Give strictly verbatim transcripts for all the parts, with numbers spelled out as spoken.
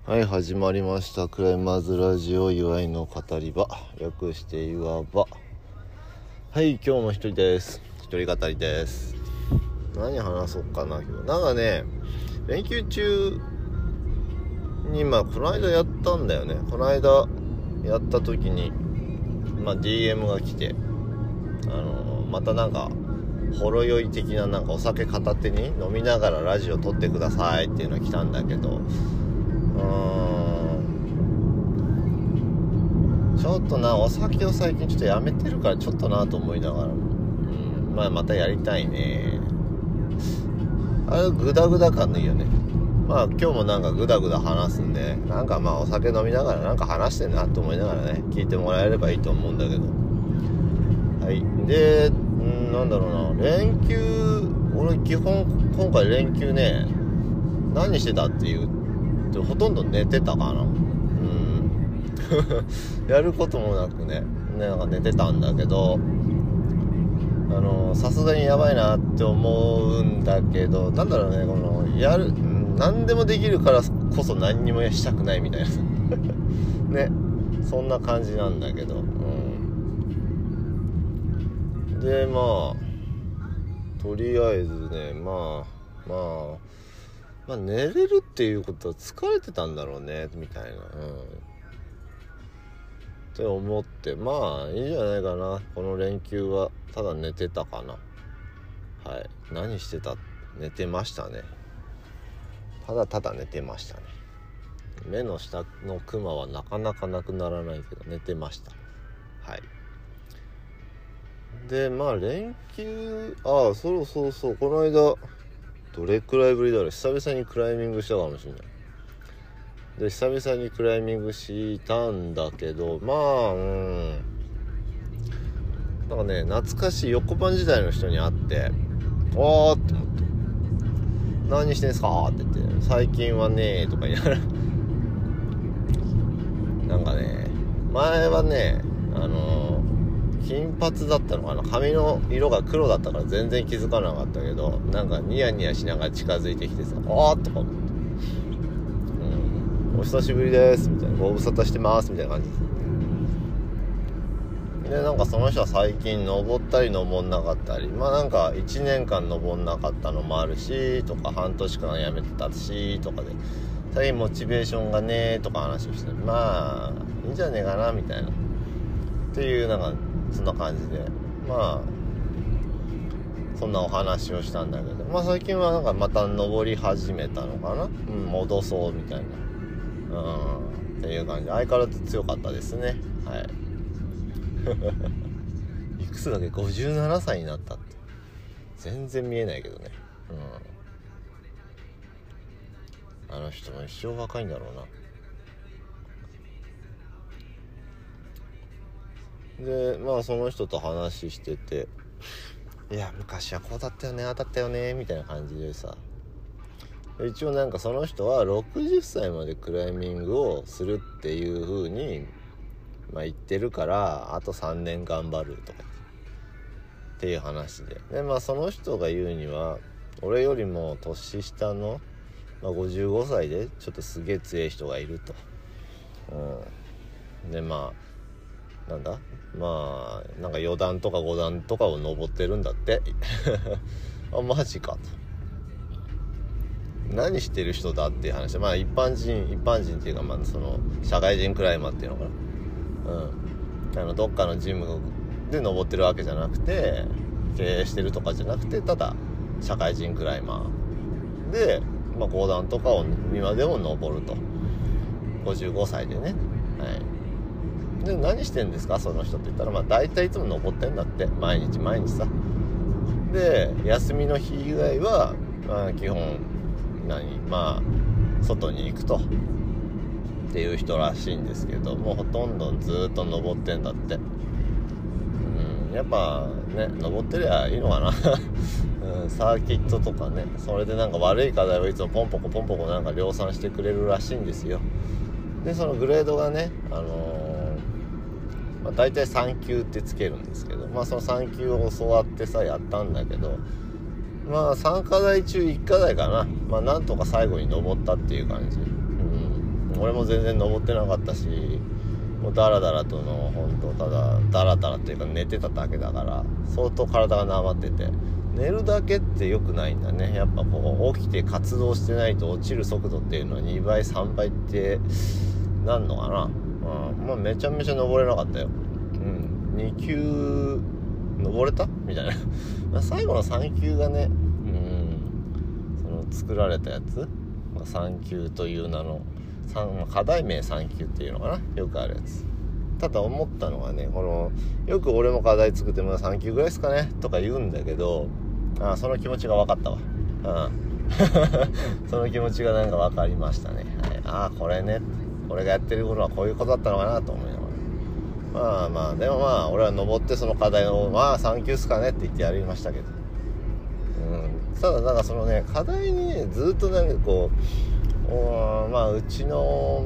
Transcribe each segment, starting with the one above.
はい、始まりました。クライマーズラジオ祝いの語り場、略していわば。はい、今日も一人です。一人語りです。何話そうかな今日。なんかね、連休中にまあこの間やったんだよね。この間やった時にまあ ディーエム が来て、あのまたなんかほろ酔い的ななんかお酒片手に飲みながらラジオ撮ってくださいっていうのが来たんだけど。うーんちょっとなお酒を最近ちょっとやめてるからちょっとなと思いながら、うん、まあまたやりたいね。あれグダグダ感のいいよね。まあ今日もなんかグダグダ話すんで、なんかまあお酒飲みながらなんか話してんなと思いながらね聞いてもらえればいいと思うんだけど、はい。で、んなんだろうな、連休俺基本今回連休ね何してたっていうほとんど寝てたかな。うんやることもなくねなんか寝てたんだけど、あのさすがにやばいなって思うんだけど、なんだろうね、このやる何でもできるからこそ何にもしたくないみたいなね、そんな感じなんだけど、うん、でまあとりあえずねまあまあまあ、寝れるっていうことは疲れてたんだろうねみたいな、うん、って思って、まあいいんじゃないかな。この連休はただ寝てたかな。はい。何してた？寝てましたね。ただただ寝てましたね。目の下のクマはなかなかなくならないけど寝てました。はい。でまあ連休ああそうそうそうこの間どれくらいぶりだろう、久々にクライミングしたかもしれない。で久々にクライミングしたんだけど、まあうんなんかね懐かしい横パン時代の人に会って、おーって思って、何してんすかって言って、最近はねとか言いながらなんかね前はねあの金髪だったのかな、髪の色が黒だったから全然気づかなかったけど、なんかニヤニヤしながら近づいてきてさ、あーとか思って、うん、お久しぶりですみたいな、ご無沙汰してますみたいな感じで、でなんかその人は最近登ったり登んなかったり、まあなんかいちねんかん登んなかったのもあるしとか、半年間やめてたしとかで、最近モチベーションがねとか話をして、まあいいんじゃねえかなみたいなっていうなんかそんな感じで、まあそんなお話をしたんだけど、まあ最近はなんかまた登り始めたのかな、うん、戻そうみたいな、うんっていう感じで、相変わらず強かったですね。はいいくつだっけ、ごじゅうななさいになったって、全然見えないけどね、うん、あの人も一生若いんだろうな。でまあその人と話してて、いや昔はこうだったよねああだったよねみたいな感じでさ、一応なんかその人はろくじゅっさいまでクライミングをするっていう風にまあ言ってるから、あとさんねん頑張るとかっていう話で、でまあその人が言うには俺よりも年下の、まあ、ごじゅうごさいでちょっとすげえ強い人がいると、うん、でまあなんだまあなんかよ段とかご段とかを登ってるんだってあマジかと、何してる人だっていう話で、まあ一般人一般人っていうか、まあその社会人クライマーっていうのかな、うん、あのどっかのジムで登ってるわけじゃなくて、経営してるとかじゃなくて、ただ社会人クライマーで、まあ、ご段とかを今でも登ると、ごじゅうごさいでね、はい。で何してんですかその人って言ったら、まあ大体いつも登ってんだって、毎日毎日さ。で休みの日以外は、まあ、基本何まあ外に行くとっていう人らしいんですけど、もうほとんどずっと登ってんだって。うんやっぱね登ってりゃいいのかな、うん、サーキットとかね、それでなんか悪い課題はいつもポンポコポンポコなんか量産してくれるらしいんですよ。でそのグレードがねあのーまあ、大体さん級ってつけるんですけど、まあそのさん級を教わってさやったんだけど、まあさん課題中いち課題かな、まあなんとか最後に登ったっていう感じ、うん、 俺も全然登ってなかったし、もうダラダラとの本当ただダラダラっていうか寝てただけだから相当体がなまってて、寝るだけって良くないんだね。やっぱこう起きて活動してないと落ちる速度っていうのはにばいさんばいってなんのかな。うん、まあめちゃめちゃ登れなかったよ。うん、に級登れたみたいな最後のさん級がね、うん、その作られたやつ、まあ、さん級という名の課題名さん級っていうのかな、よくあるやつ。ただ思ったのはね、このよく俺も課題作ってもさん級ぐらいですかねとか言うんだけど、あその気持ちが分かったわ。うんその気持ちがなんか分かりましたね。はい、ああこれね、俺がやってることはこういうことだったのかなと思いながら、まあまあでもまあ俺は登ってその課題をまあさん級っすかねって言ってやりましたけど、うん、ただなんかそのね課題にねずっとなんかこうおまあうちの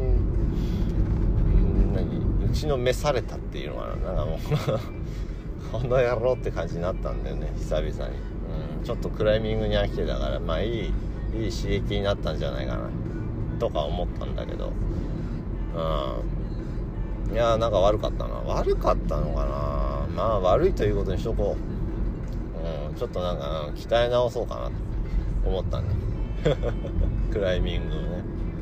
何うちの召されたっていうのかな、なんかもうこの野郎って感じになったんだよね久々に、うん、ちょっとクライミングに飽きてたからまあいいいい刺激になったんじゃないかなとか思ったんだけど、うん、いやーなんか悪かったな悪かったのかな。まあ悪いということにしとこう、うん、ちょっとなんか鍛え直そうかなと思ったねクライミングをね、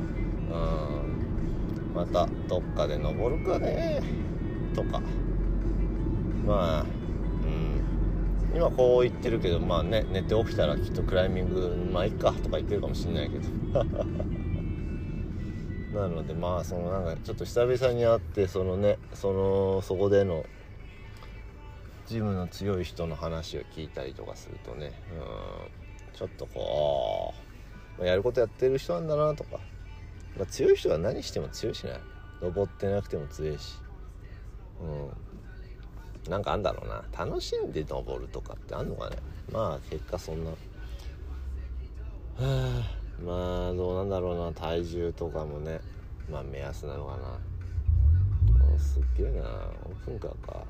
うん、またどっかで登るかねとか、まあ、うん、今こう言ってるけどまあね寝て起きたらきっとクライミングまあいっかとか言ってるかもしれないけどなのでまあそのなんかちょっと久々に会ってそのねそのそこでのジムの強い人の話を聞いたりとかするとね、うん、ちょっとこうやることやってる人なんだなとか、まあ、強い人は何しても強いしね、登ってなくても強いし、うん、なんかあんだろうな、楽しんで登るとかってあんのかね。まあ結果そんなはあまあどうなんだろうな、体重とかもねまあ目安なのかな。おすっげえな、オープンカーか。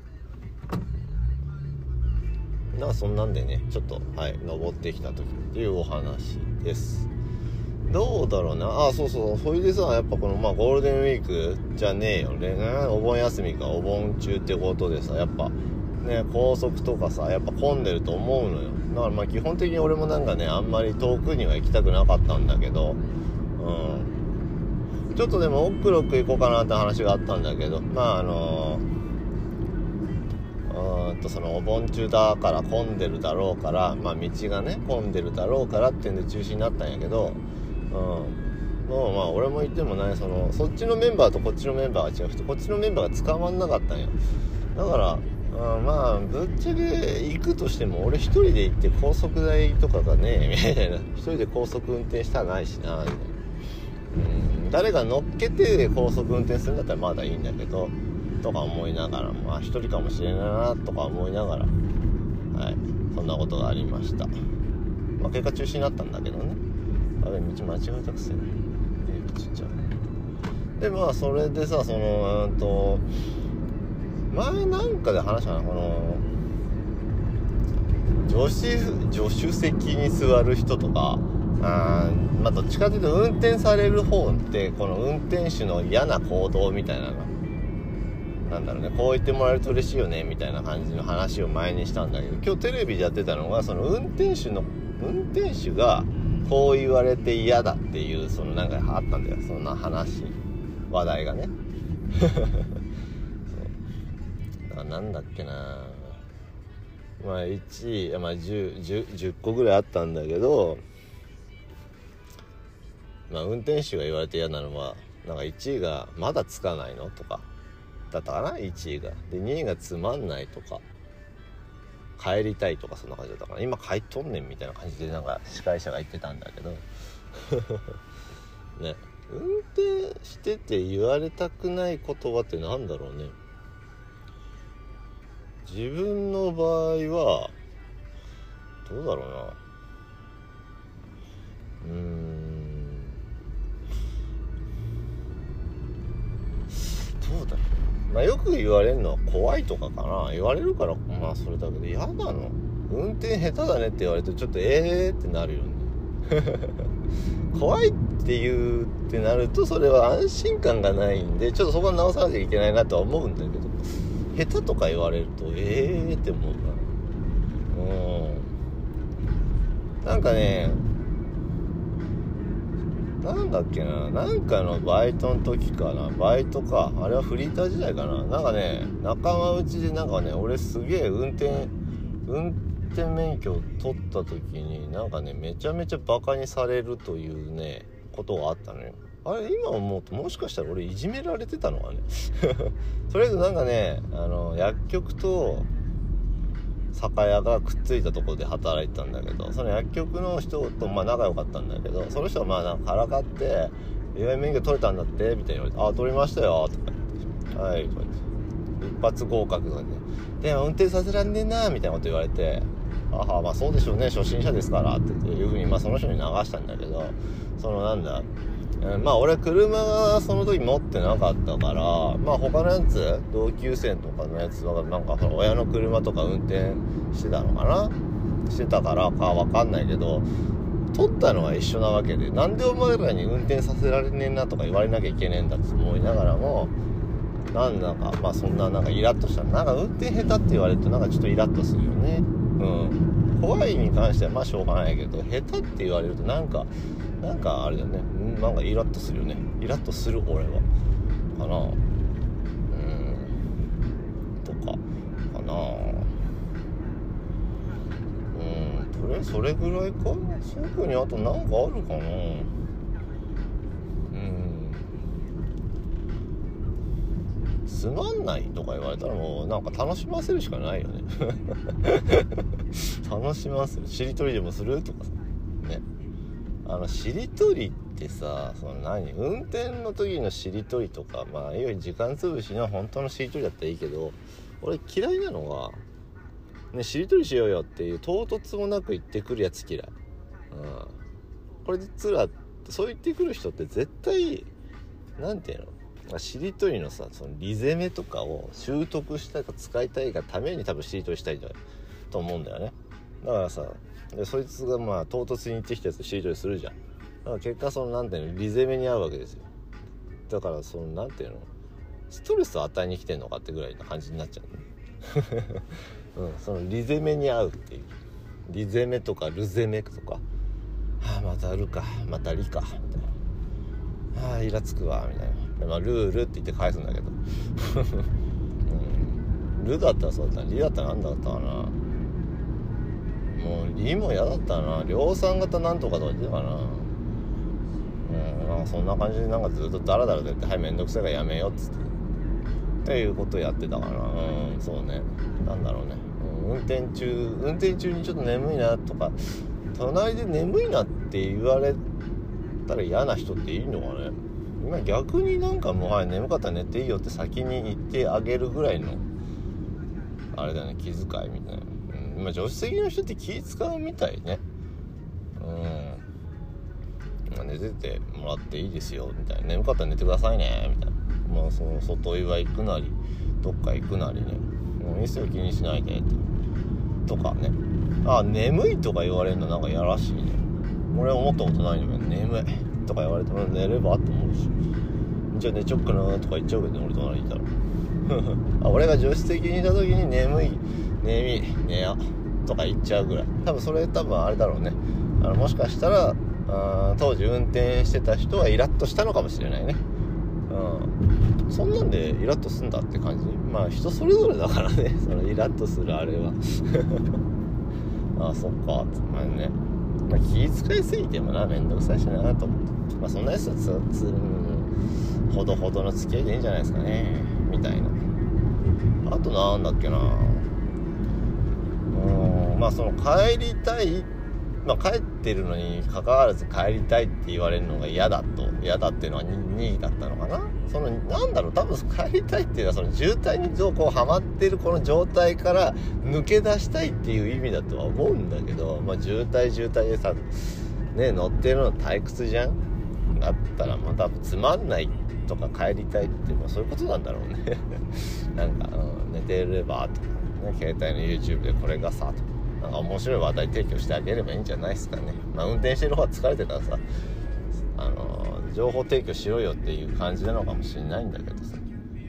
なんかそんなんでねちょっとはい登ってきた時っていうお話です。どうだろうなあ。そうそう、それでさやっぱこのまあゴールデンウィークじゃねえよね、お盆休みかお盆中ってことでさやっぱね高速とかさやっぱ混んでると思うのよ。だからまあ基本的に俺もなんかねあんまり遠くには行きたくなかったんだけど、うん、ちょっとでも奥六行こうかなって話があったんだけど、まああのー、とそのお盆中だから混んでるだろうから、まあ道がね混んでるだろうからってんで中止になったんやけど、うん、もうまあ俺も言ってもねそのそっちのメンバーとこっちのメンバーが違くてこっちのメンバーが捕まんなかったんよ。だから、うん、まあぶっちゃけ行くとしても俺一人で行って高速代とかがねみたいな、一人で高速運転したらないしなみたいな、うん、誰が乗っけて高速運転するんだったらまだいいんだけどとか思いながら、まあ一人かもしれないなとか思いながら、はい、そんなことがありました。まあ結果中止になったんだけどね。あれ道間違えたくせにちっちゃいで、まあそれでさそのうんと前なんかで話したな、この助手助手席に座る人とか、あまあどっちかというと運転される方ってこの運転手の嫌な行動みたいなのなんだろうね、こう言ってもらえると嬉しいよねみたいな感じの話を前にしたんだけど、今日テレビでやってたのがその運転手の運転手がこう言われて嫌だっていうそのなんかあったんだよ、そんな話話題がねそうなんだっけな、まあいちまあ 10, 10, 10個ぐらいあったんだけど、まあ運転手が言われて嫌なのはなんかいちいがまだつかないのとかだったかな、いちいがでにいがつまんないとか帰りたいとかそんな感じだったから、今帰っとんねんみたいな感じでなんか司会者が言ってたんだけどね、運転してて言われたくない言葉ってなんだろうね。自分の場合はどうだろうな、うーんどうだろう、まあよく言われるのは怖いとかかな、言われるからまあそれだけで嫌なの。運転下手だねって言われるとちょっとえーってなるよね怖いっていうってなるとそれは安心感がないんで、ちょっとそこは直さなきゃいけないなとは思うんだけど、下手とか言われるとええーって思うな。うんなんかね、なんだっけな、なんかのバイトの時かな、バイトか、あれはフリーター時代かな、なんかね、仲間内でなんかね、俺すげえ運転運転免許を取った時になんかね、めちゃめちゃバカにされるというねことがあったのよ。あれ今思うともしかしたら俺いじめられてたのかねとりあえずなんかね、あの薬局と酒屋がくっついたところで働いてたんだけど、その薬局の人とまあ仲良かったんだけど、その人はまあなんかからかって「意外免許取れたんだって?」みたいに言われて「ああ取りましたよ」とか言って「はい」とか言って一発合格とかね、でも運転させらんねえなみたいなこと言われて、あはまあそうでしょうね、初心者ですからっていうふうにまあその人に流したんだけど、そのなんだまあ俺車がその時持ってなかったから、まあ他のやつ同級生とかのやつはなんか親の車とか運転してたのかなしてたからかわかんないけど、取ったのは一緒なわけで、なんでお前らに運転させられねえなとか言われなきゃいけねえんだって思いながらも、なんだかまあそんななんかイラッとした、なんか運転下手って言われるとなんかちょっとイラッとするよね。うん怖いに関してはまあしょうがないけど、下手って言われるとなんかなんかあれだよね、なんかイラッとするよね。イラッとする俺はかな、うんとかかな、うんとりあえずそれぐらいか。特にあとなんかあるかな。うんつまんないとか言われたらもうなんか楽しませるしかないよね楽しませる、しりとりでもするとかね。あのしりとりってさ、その何運転の時のしりとりとか、まあいわゆる時間つぶしの本当のしりとりだったらいいけど、俺嫌いなのがね、しりとりしようよっていう唐突もなく言ってくるやつ嫌い。うんこれ実はそう言ってくる人って絶対なんていうの、しりとりのさ、そのリゼメとかを習得したいか使いたいがために多分しりとりしたいんだと思うんだよね。だからさ、でそいつがまあ唐突に言ってきたやつしりとりするじゃん。だから結果そのなんていうのリゼメに合うわけですよ。だからそのなんていうのストレスを与えに来てんのかってぐらいな感じになっちゃうね、うん、そのリゼメに合うっていう、リゼメとかルゼメとか、はあまたルかまたリかみたいな、はあイラつくわみたいな、まあ、ルールって言って返すんだけど、うん、ルだったらそうだった、リだったらなんだったかな、もうリも嫌だったな、量産型なんとかとか言ってたかな、うん、なんかそんな感じでなんかずっとダラダラと言って、はいめんどくさいからやめようっつってっていうことをやってたかな。うんそうね、なんだろうね、うん、運転中運転中にちょっと眠いなとか、隣で眠いなって言われたら嫌な人っていいのかね。今逆になんかもうはい眠かったら寝ていいよって先に言ってあげるぐらいのあれだね、気遣いみたいな、うん、今助手席の人って気使うみたいね。うん、寝ててもらっていいですよみたいな、眠かったら寝てくださいねみたいな、まあその外岩行くなりどっか行くなりね、もういいですよ気にしないでとかね。あ眠いとか言われるのなんかやらしいね。俺は思ったことないんだけど、眠いとか言われても寝ればって思うし、じゃあ寝ちゃおっかなとか言っちゃうけど、俺隣にいたらあ俺が助手席にいた時に眠い眠い寝やとか言っちゃうぐらい、多分それ多分あれだろうね、あのもしかしたらあ当時運転してた人はイラッとしたのかもしれないね。うん、そんなんでイラッとすんだって感じ。まあ人それぞれだからね、そのイラッとするあれはああそっかつまりね、まあ、気遣いすぎてもなめんどくさいしなと思って、まあそんなやつはつつほどほどの付き合いでいいんじゃないですかねみたいな。あとなんだっけな、うんまあその帰りたい、まあ、帰ってるのに関わらず帰りたいって言われるのが嫌だと、嫌だっていうのはにいだったのかな。そのなんだろう、多分帰りたいっていうのはその渋滞にこうハマってるこの状態から抜け出したいっていう意味だとは思うんだけど、まあ渋滞渋滞でさね乗ってるの退屈じゃん。だったらまあ多分つまんないとか帰りたいって、まあ、そういうことなんだろうねなんか、うん、寝てればとか、ね、携帯の YouTube でこれがさとか、 なんか面白い話題提供してあげればいいんじゃないですかね。まあ運転してる方は疲れてたらさ、あのー、情報提供しろよっていう感じなのかもしれないんだけどさ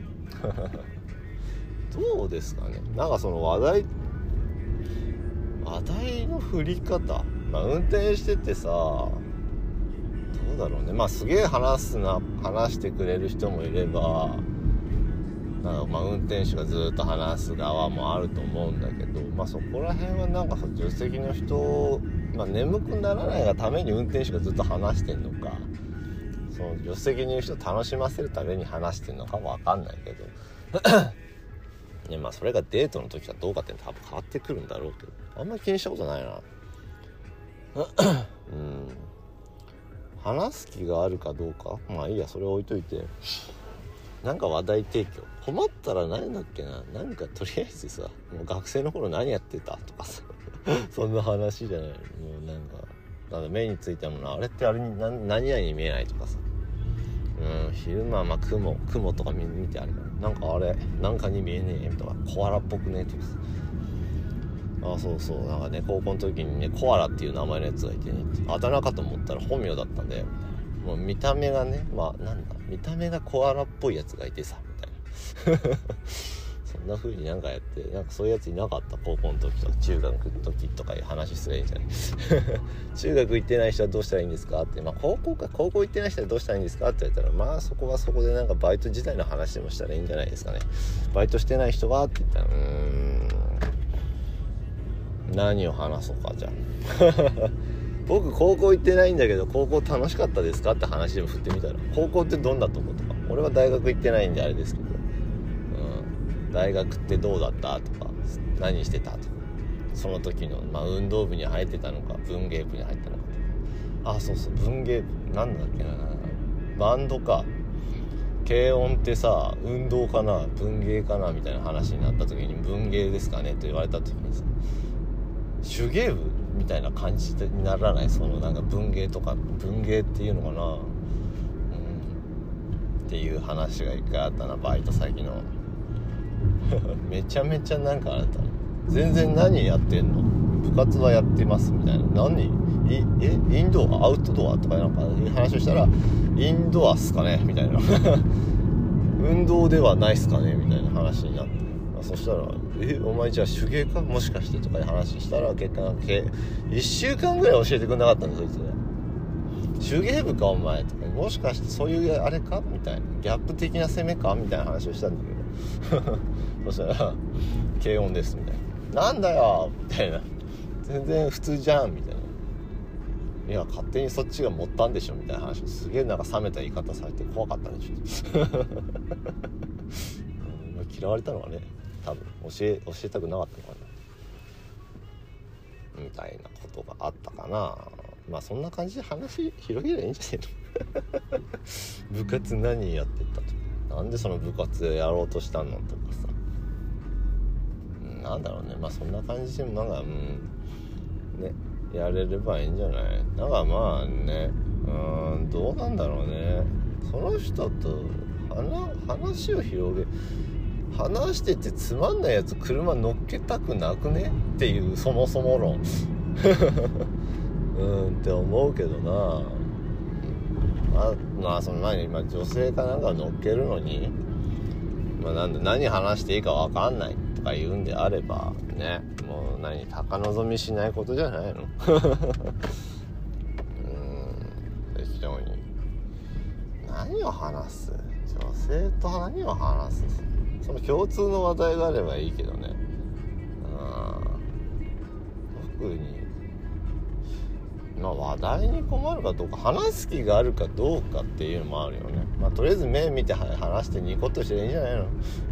どうですかね。なんかその話題話題の振り方、まあ運転しててさ、どうだろうね。まあすげえ話すな話してくれる人もいれば、なんかまあ運転手がずっと話す側もあると思うんだけど、まあそこら辺はなんか助手席の人、まあ、眠くならないがために運転手がずっと話してんのか、その助手席にいる人を楽しませるために話してんのかもわかんないけどね、まあそれがデートの時はどうかって多分変わってくるんだろうけど、あんまり気にしたことないなうん話す気があるかどうか、まあいいや、それ置いといて、なんか話題提供、困ったら何だっけな、なんかとりあえずさ、もう学生の頃何やってたとかさそんな話じゃない。もうなんかなんか目についたもの、あれってあれに何何々に見えないとかさ、うん、昼間はまあ雲雲とか見てあれば、なんかあれなんかに見えねえとか、コアラっぽくねとかさ、あ、そうそう、なんかね、高校の時にね、コアラっていう名前のやつがいてね、あだ名かと思ったら本名だったんだよ。もう見た目がね、まあなんだ、見た目がコアラっぽいやつがいてさ、みたいなそんな風になんかやって、なんかそういうやついなかった？高校の時とか中学の時とかいう話すればいいんじゃない中学行ってない人はどうしたらいいんですかって、まあ高校か、高校行ってない人はどうしたらいいんですかって言われたら、まあそこはそこでなんかバイト自体の話でもしたらいいんじゃないですかね。バイトしてない人はって言ったら、うーん、何を話そうか、じゃあ僕高校行ってないんだけど高校楽しかったですかって話でも振ってみたら、高校ってどんなとことか、俺は大学行ってないんであれですけど、うん、大学ってどうだったとか、何してたとか、その時の、まあ、運動部に入ってたのか文芸部に入ったのか、あ、そうそう、文芸部なんだっけな、バンドか、軽音ってさ運動かな文芸かなみたいな話になった時に、文芸ですかねと言われた時にさ、手芸部みたいな感じにならない？そのなんか文芸とか文芸っていうのかな、うん、っていう話が一回あったな、バイト先のめちゃめちゃなんかあれだ、全然何やってんの、部活はやってますみたいな、何いえインドアアウトドアとかなんかいう話をしたら、インドアっすかねみたいな運動ではないっすかねみたいな話になって、そしたら、え、お前じゃあ手芸かもしかしてとかいう話したら、結果いっしゅうかんぐらい教えてくれなかったんですよ、そいつね。手芸部かお前とか、もしかしてそういうあれかみたいな、ギャップ的な攻めかみたいな話をしたんだけどそしたら軽音ですみたいな、なんだよみたいな、全然普通じゃんみたいな、いや勝手にそっちが持ったんでしょみたいな話を、すげえなんか冷めた言い方されて怖かったね、ちょっと嫌われたのはね、多分教え教えたくなかったのかなみたいなことがあったかな。まあそんな感じで話広げればいいんじゃないの部活何やってたとか、なんでその部活やろうとしたのとかさ、なんだろうね、まあそんな感じでもなんか、うんね、やれればいいんじゃない。なんかまあね、うーん、どうなんだろうね、その人と話を広げ話しててつまんないやつ車乗っけたくなくねっていう、そもそも論うんって思うけどな。まあ、まあ、その何今女性かなんか乗っけるのに、まあ、なんで何話していいか分かんないとか言うんであればね、もう何高望みしないことじゃないのうん適当に何を話す、女性と何を話す、その共通の話題があればいいけどね。あ、特にまあ話題に困るかどうか、話す気があるかどうかっていうのもあるよね。まあとりあえず目見て話してニコッとしていいんじゃないの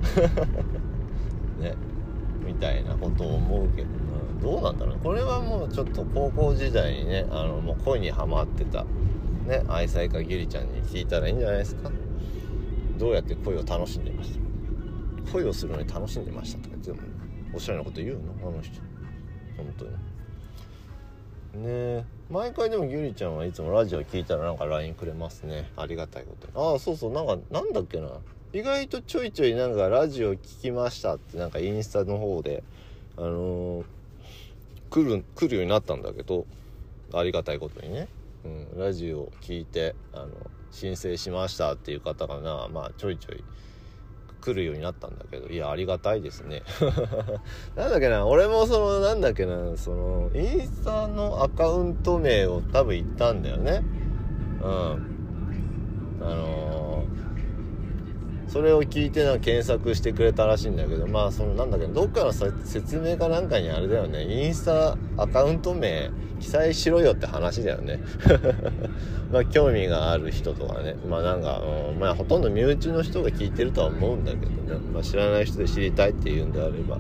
ね、みたいなことを思うけどな。どうなんだろう、これはもうちょっと高校時代にね、あのもう恋にハマってたね、愛妻家ギリちゃんに聞いたらいいんじゃないですか。どうやって恋を楽しんでました、恋をするのに楽しんでましたとか言ってもおしゃれなこと言うのあの人、本当にね。え、毎回でもギリちゃんはいつもラジオ聞いたらなんか ライン くれますね、ありがたいことに。ああそうそう、なんかなんだっけな、意外とちょいちょいなんかラジオ聞きましたってなんかインスタの方であのー、 来る来るようになったんだけど、ありがたいことにね、うん、ラジオを聞いてあの申請しましたっていう方がな、まあちょいちょい来るようになったんだけど、いやありがたいですねなんだっけな、俺もそのなんだっけな、そのインスタのアカウント名を多分言ったんだよね。うんあのー、それを聞いてな検索してくれたらしいんだけど、まあそのなんだっけ、どっかの説明かなんかにあれだよね、インスタアカウント名記載しろよって話だよねまあ興味がある人とかね、まあなんか、うん、まあほとんど身内の人が聞いてるとは思うんだけどね、まあ知らない人で知りたいっていうんであれば、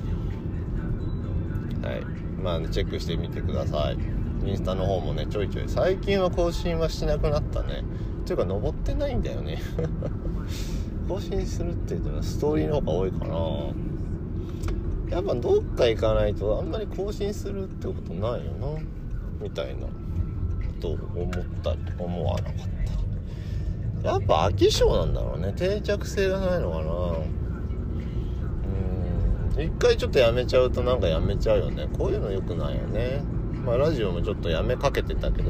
はい、まあ、ね、チェックしてみてください。インスタの方もねちょいちょい最近は更新はしなくなったね。っていうか登ってないんだよね更新するって言ってもストーリーの方が多いかな。やっぱどっか行かないとあんまり更新するってことないよなみたいなことを思ったり思わなかったり、やっぱ飽き性なんだろうね、定着性がないのかな。うーん一回ちょっとやめちゃうとなんかやめちゃうよね。こういうの良くないよね。まあラジオもちょっとやめかけてたけど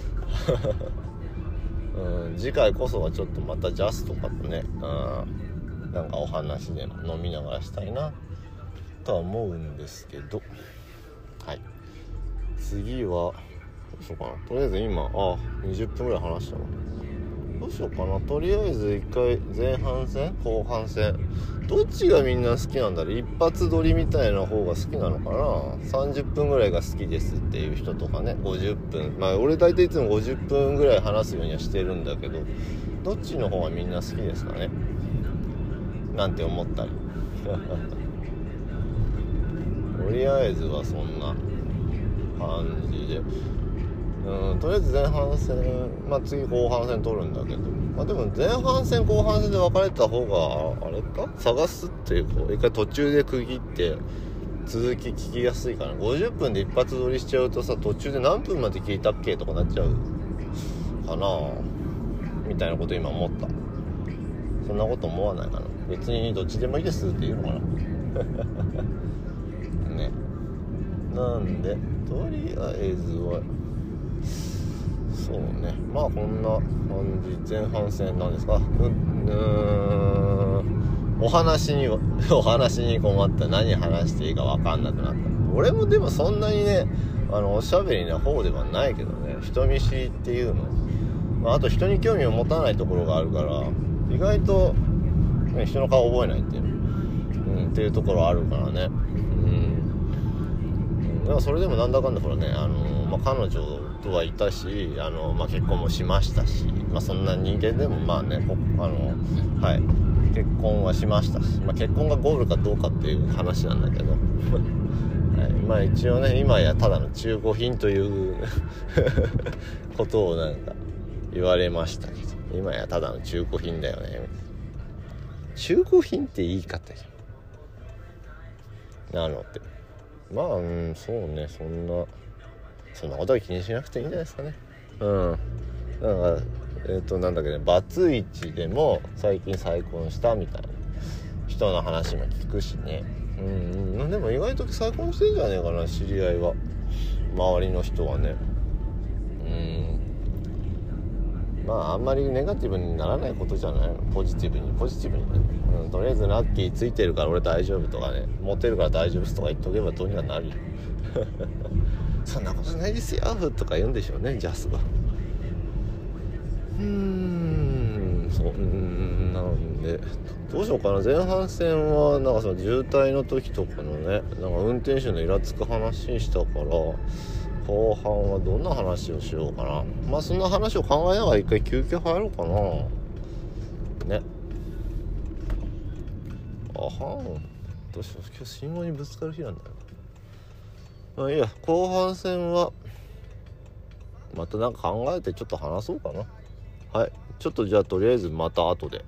うん、次回こそはちょっとまたジャスとかとね、うん、なんかお話で飲みながらしたいなとは思うんですけど、はい、次はどうしようかな。とりあえず今あにじゅっぷんぐらい話したの。どうしようかな。とりあえず一回前半戦後半戦どっちがみんな好きなんだろう。一発撮りみたいな方が好きなのかな。さんじゅっぷんぐらいが好きですっていう人とかね、ごじゅっぷん、まあ俺大体いつもごじゅっぷんぐらい話すようにはしてるんだけど、どっちの方がみんな好きですかねなんて思ったりとりあえずはそんな感じで、うん、とりあえず前半戦、まあ次後半戦取るんだけど、まあでも前半戦後半戦で分かれた方があれか、探すっていうか一回途中で区切って続き聞きやすいかな。ごじゅっぷんで一発撮りしちゃうとさ、途中で何分まで聞いたっけとかなっちゃうかなみたいなこと今思った。そんなこと思わないかな。別にどっちでもいいですって言うのかなね。なんでとりあえずはそうね、まあこんな感じ。前半戦なんですか、ううーんお話にお話に困った。何話していいか分かんなくなった。俺もでもそんなにね、あのおしゃべりな方ではないけどね、人見知りっていうの、まあ、あと人に興味を持たないところがあるから意外と、ね、人の顔覚えないっていう、うん、っていうところあるからね。うんだからそれでもなんだかんだほらね、あの、まあ、彼女とはいたし、あの、まあ、結婚もしましたし、まあ、そんな人間でもまあね、あの、はい、結婚はしましたし、まあ、結婚がゴールかどうかっていう話なんだけど、はい、まあ一応ね、今やただの中古品ということをなんか言われましたけど、今やただの中古品だよね。中古品って言い方じゃん。なのって。まあ、うん、そうね、そんなそんなことは気にしなくていいんじゃないですかね。うんなんかえっとなんだっけね、バツイチでも最近再婚したみたいな人の話も聞くしね。うんうんでも意外と再婚してんじゃねえかな、知り合いは、周りの人はね。うんまああんまりネガティブにならないことじゃないの。ポジティブにポジティブにね、うん、とりあえずラッキーついてるから俺大丈夫とかね、モテるから大丈夫とか言っとけばどうにかなるよそんなことないですよとか言うんでしょうね、ジャスは。うーんそううんなんでどうしようかな。前半戦はなんかその渋滞の時とかのね、なんか運転手のイラつく話したから、後半はどんな話をしようかな。まあそんな話を考えながら一回休憩入ろうかなね。あはんどうしよう、今日信号にぶつかる日なんだよ。まあいいや、後半戦はまたなんか考えてちょっと話そうかな。はい、ちょっとじゃあとりあえずまた後で。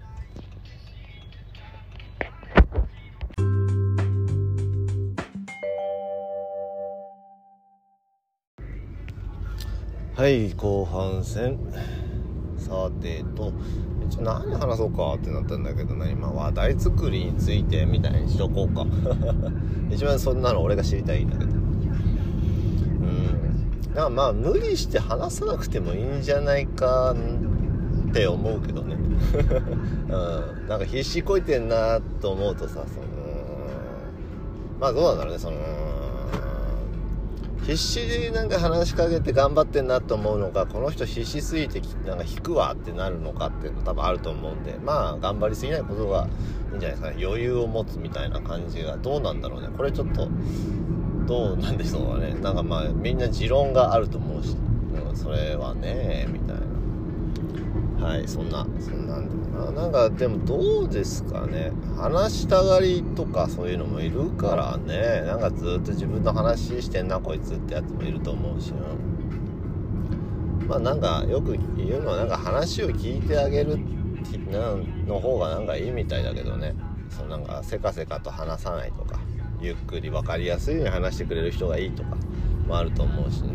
はい後半戦、さてと一応何話そうかってなったんだけどね、今話題作りについてみたいにしとこうか一番そんなの俺が知りたいんだけど、 だからまあ無理して話さなくてもいいんじゃないかって思うけどね、うん、なんか必死こいてんなと思うとさ、そのまあどうなんだろうね、その必死でなんか話しかけて頑張ってんなと思うのか、この人必死すぎてなんか引くわってなるのかっていうの多分あると思うんで、まあ頑張りすぎないことがいいんじゃないですかね。余裕を持つみたいな感じがどうなんだろうね。これちょっとどうなんでしょうかね。なんかまあみんな持論があると思うし、うん、それはねみたいな、はい、そんなそんなんだろうな。なんかでもどうですかね、話したがりとかそういうのもいるからね。なんかずっと自分の話してんなこいつってやつもいると思うし、うん、まあなんかよく言うのはなんか話を聞いてあげるの方がなんかいいみたいだけどね。そのなんかせかせかと話さないとか、ゆっくり分かりやすいように話してくれる人がいいとかもあると思うし、ね、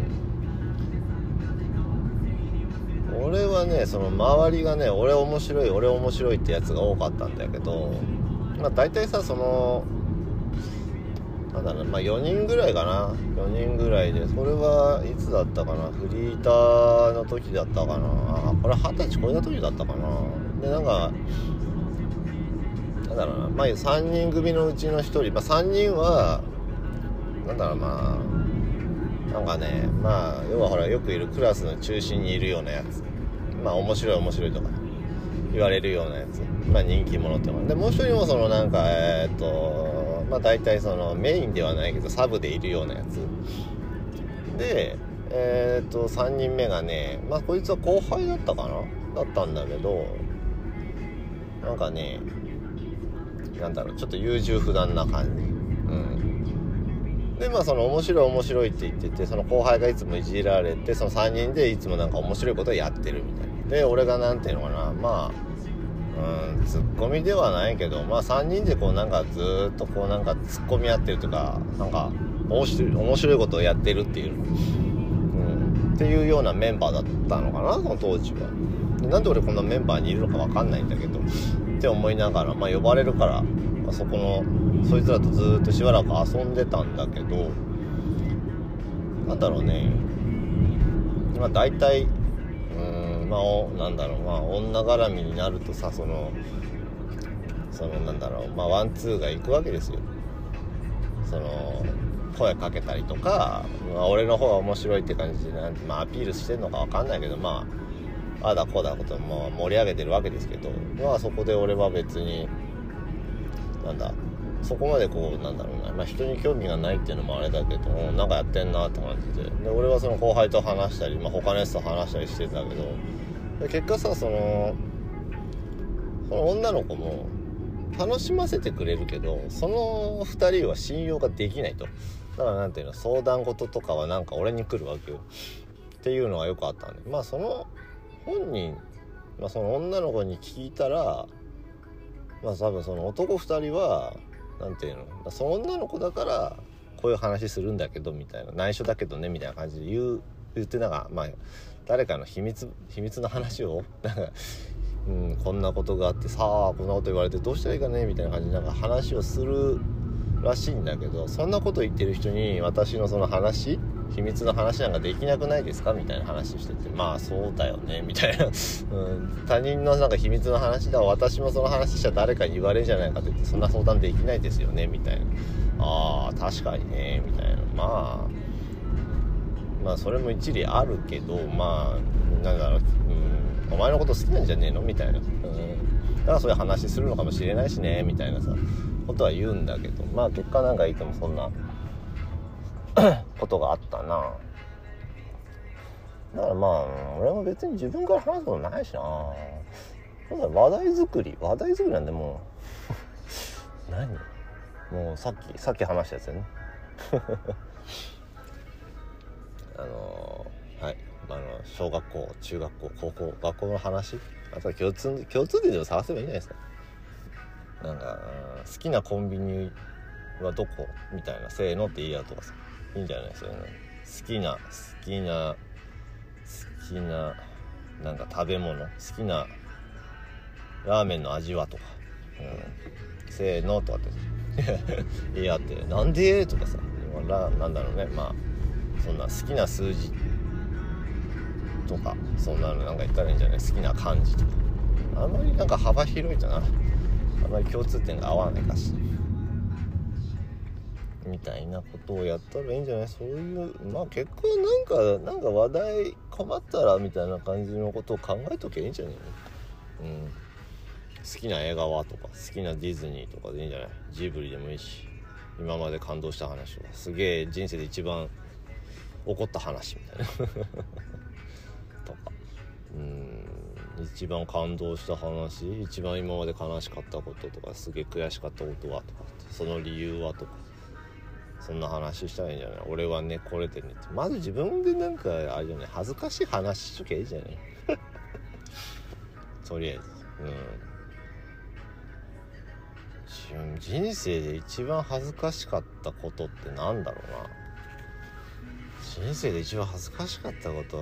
俺はね、その周りがね、俺面白い俺面白いってやつが多かったんだけど、まあ大体さ、そのなんだろう、まあよにんぐらいかな、よにんぐらいで、それはいつだったかな、フリーターの時だったかな、あ、これはたち超えた時だったかな。でなんかなんだろうな、まあさんにん組のうちのひとり、まあ、さんにんはなんだろう、まあなんかね、まあ要はほらよくいるクラスの中心にいるようなやつ、まあ面白い面白いとか言われるようなやつ、まあ人気者ってので、もう一人もそのなんかえー、っとまあ大体そのメインではないけどサブでいるようなやつで、えー、っとさんにんめがね、まあこいつは後輩だったかなだったんだけど、なんかね、なんだろう、ちょっと優柔不断な感じ、うん、でまあその面白い面白いって言ってて、その後輩がいつもいじられて、そのさんにんでいつもなんか面白いことをやってるみたいな。で俺がなんていうのかな、まあうんツッコミではないけど、まあさんにんでこうなんかずっとこうなんか突っ込み合ってるとか、なんか面白い面白いことをやってるっていう、うん、っていうようなメンバーだったのかな、その当時は。でなんで俺こんなメンバーにいるのか分かんないんだけどって思いながら、まあ呼ばれるから、まあ、そこのそいつらとずっとしばらく遊んでたんだけど、なんだろうね、まあ大体うーんまあなんだろう、まあ女絡みになるとさ、そのそのなんだろう、まあワンツーが行くわけですよ。その声かけたりとか、まあ、俺の方が面白いって感じでなんて、まあ、アピールしてんのか分かんないけど、まあああだこうだことも盛り上げてるわけですけど、まあそこで俺は別になんだそこまでこうなんだろうな、まあ、人に興味がないっていうのもあれだけど、なんかやってんなって感じで、で俺はその後輩と話したり、まあ、他のやつと話したりしてたけど、で結果さ、そのその女の子も楽しませてくれるけど、そのふたりは信用ができないと。だからなんていうの、相談事とかはなんか俺に来るわけよっていうのがよくあったんで、まあその本人、まあ、その女の子に聞いたら、まあ多分その男ふたりはなんていうの、その女の子だからこういう話するんだけどみたいな、内緒だけどねみたいな感じで言う言ってなんか、まあ誰かの秘密秘密の話をなんか、うん、こんなことがあってさあこんなこと言われてどうしたらいいかねみたいな感じでなんか話をするらしいんだけど、そんなこと言ってる人に私のその話、秘密の話なんかできなくないですかみたいな話をしてて、まあそうだよねみたいな、うん、他人のなんか秘密の話だ、私もその話したら誰かに言われるんじゃないかって言って、そんな相談できないですよねみたいな、ああ確かにねみたいな、まあまあそれも一理あるけど、まあなんだろう、うん、お前のこと好きなんじゃねえのみたいな、うん、だからそういう話するのかもしれないしねみたいなさことは言うんだけど、まあ結果なんか言ってもそんなことがあったな。だからまあ俺も別に自分から話すことないしな。話題作り話題作りなんでもう何もうさっきさっき話したやつよねあのはいあの小学校中学校高校学校の話、あとは共通共通点でも探せばいいんじゃないですか。なんか好きなコンビニはどこみたいな、せーのって言い合うとかさ、いいんじゃないですかね。好きな好きな好きななんか食べ物、好きなラーメンの味はとか、うん、せーのとかって言い合って、なんでとかさ、なんだろうね、まあそんな好きな数字とかそんなのなんか言ったらいいんじゃない？好きな漢字とか。あんまりなんか幅広いとな、あんまり共通点が合わないかしみたいなことをやったらいいんじゃない？そういうまあ結構なんかなんか話題困ったらみたいな感じのことを考えときゃいいんじゃないの？うん、好きな映画はとか好きなディズニーとかでいいんじゃない？ジブリでもいいし、今まで感動した話とかすげえ人生で一番怒った話みたいなとか、うーん一番感動した話、一番今まで悲しかったこととかすげえ悔しかったことはとか、その理由はとか、そんな話したらいいんじゃない？俺はねこれでねって、まず自分でなんかあれじゃない、恥ずかしい話しときゃいいじゃないとりあえず、うん、人生で一番恥ずかしかったことってなんだろうな。人生で一番恥ずかしかったこと、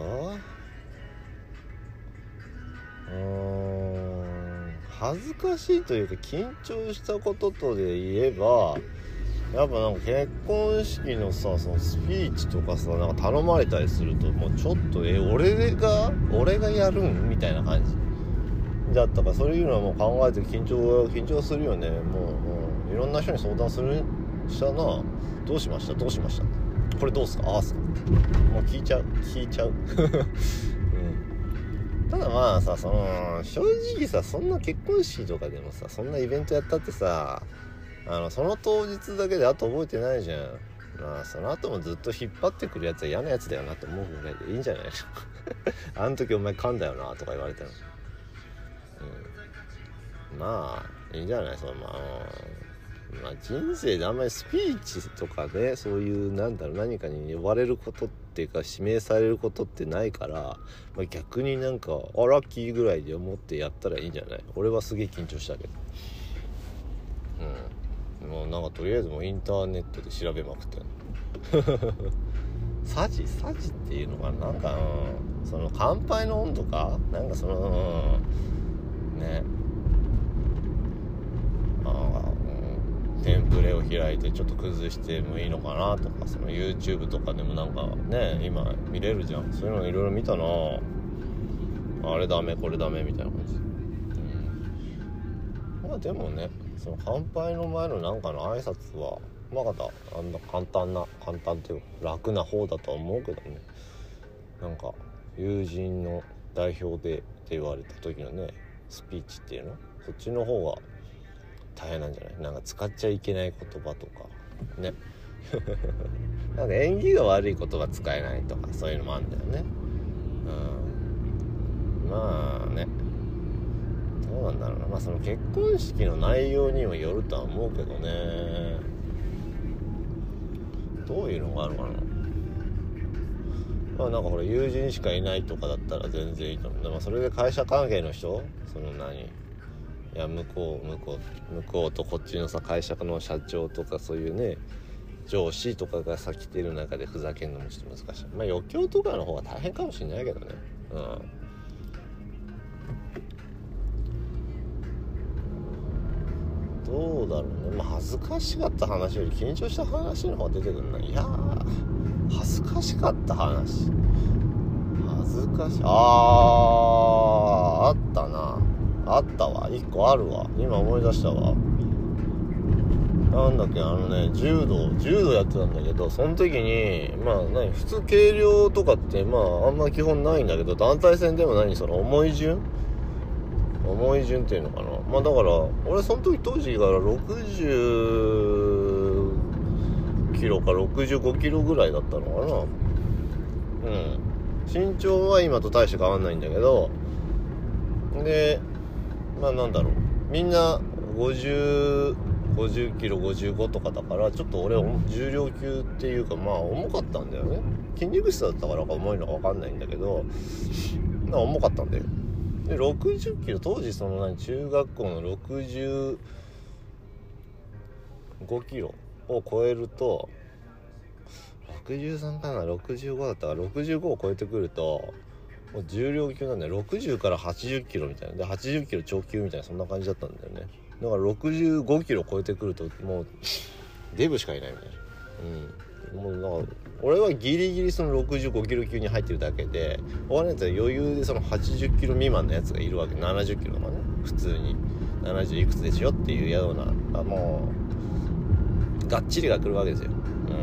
うーん恥ずかしいというか緊張したこととで言えば、やっぱなんか結婚式のさ、そのスピーチとかさ、なんか頼まれたりするともうちょっとえ俺が俺がやるんみたいな感じだったから、そういうのはもう考えて緊張緊張するよね。もう、うん、いろんな人に相談するしたな。どうしましたどうしましたこれどうすかああすか、もう聞いちゃう聞いちゃう、うん、ただまあさ、その正直さ、そんな結婚式とかでもさ、そんなイベントやったってさ、あのその当日だけであと覚えてないじゃん。まあその後もずっと引っ張ってくるやつは嫌なやつだよなと思うぐらいでいいんじゃないのあの時お前噛んだよなとか言われたの、うん、まあいいんじゃない。そのまあまあ、人生であんまりスピーチとかね、そういうなんだろう、何かに呼ばれることっていうか指名されることってないから、まあ、逆になんかあラッキーぐらいで思ってやったらいいんじゃない。俺はすげえ緊張したけど、うん、もうなんかとりあえずもうインターネットで調べまくったサジサジっていうのかな、なんか、うん、その乾杯の温度かなんかその、うん、ねテンプレを開いてちょっと崩してもいいのかなとか、その YouTube とかでもなんかね今見れるじゃん。そういうのいろいろ見たな。あれダメこれダメみたいな感じ、うん、まあでもね、その乾杯の前のなんかの挨拶はまだあんな簡単な簡単っていうか楽な方だとは思うけどね。なんか友人の代表でって言われた時のねスピーチっていうの、そっちの方が大変なんじゃない？なんか使っちゃいけない言葉とかねなんか縁起が悪い言葉使えないとかそういうのもあるんだよね。うん、まあね、どうなんだろうな。まあその結婚式の内容にもよるとは思うけどね。どういうのがあるかな。まあなんかほら友人しかいないとかだったら全然いいと思う。でもそれで会社関係の人、その何いや向こう向こう向こうとこっちのさ会社の社長とかそういうね上司とかがさ来てる中でふざけるのもちょっと難しい。まあ余興とかの方が大変かもしれないけどね。うんどうだろうね。まあ恥ずかしかった話より緊張した話の方が出てくるな。いやー恥ずかしかった話恥ずかしいあーあったなあったわ、一個あるわ、今思い出したわ。なんだっけ、あのね柔道柔道やってたんだけど、その時にまあ何普通計量とかってまああんま基本ないんだけど、団体戦でも何その重い順重い順っていうのかな。まあだから俺その時当時からろくじゅっキロかろくじゅうごキロぐらいだったのかな。うん身長は今と大して変わんないんだけど、でまあなんだろう、みんなごじゅう、ごじゅっキロごじゅうごとかだから、ちょっと俺重量級っていうかまあ重かったんだよね。筋肉質だったからか重いのか分かんないんだけど、まあ重かったんだよ。でろくじゅっキロ当時その何中学校のろくじゅうごキロを超えるとろくじゅうさんかなろくじゅうごだったからろくじゅうごを超えてくるともう重量級なんだよ。ろくじゅうからはちじゅっキロみたいなではちじゅっキロ超級みたいなそんな感じだったんだよね。だからろくじゅうごキロ超えてくるともうデブしかいないみたいな。うんもうなんか俺はギリギリそのろくじゅうごキロ級に入ってるだけで、他のやつは余裕でそのはちじゅっキロ未満のやつがいるわけ。ななじゅっキロとかね、普通にななじゅういくつでしょっていうような、あもうがっちりが来るわけですよ。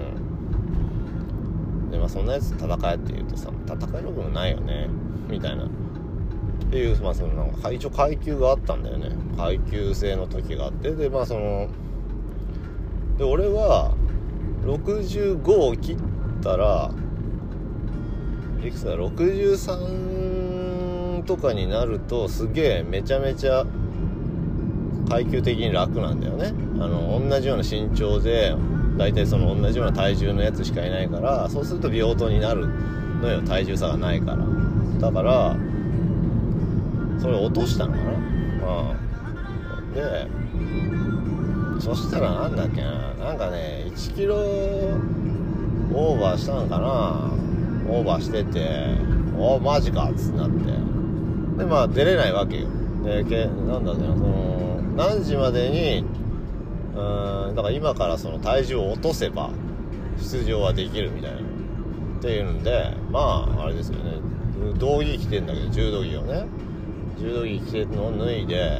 うんでまあそんなやつ戦えって言うとさ、戦える部分ないよねみたいなっていう、まあそのなんか一応階級があったんだよね。階級制の時があって、でまあそので俺はろくじゅうごを切ったらいくつだろくじゅうさんとかになるとすげえめちゃめちゃ階級的に楽なんだよね。あの同じような身長でだいたいその同じような体重のやつしかいないから、そうすると平等になるのよ、体重差がないから。だからそれを落としたのかな、うん、でそしたらなんだっけな、なんかねいちキロオーバーしたのかな、オーバーしてて、おマジかっつってなって、でまあ出れないわけよ。でけなんだっけな、その何時までにうーんだから今からその体重を落とせば出場はできるみたいなっていうんで、まああれですよね、道着着てんだけど、柔道着をね柔道着着てるのを脱いで、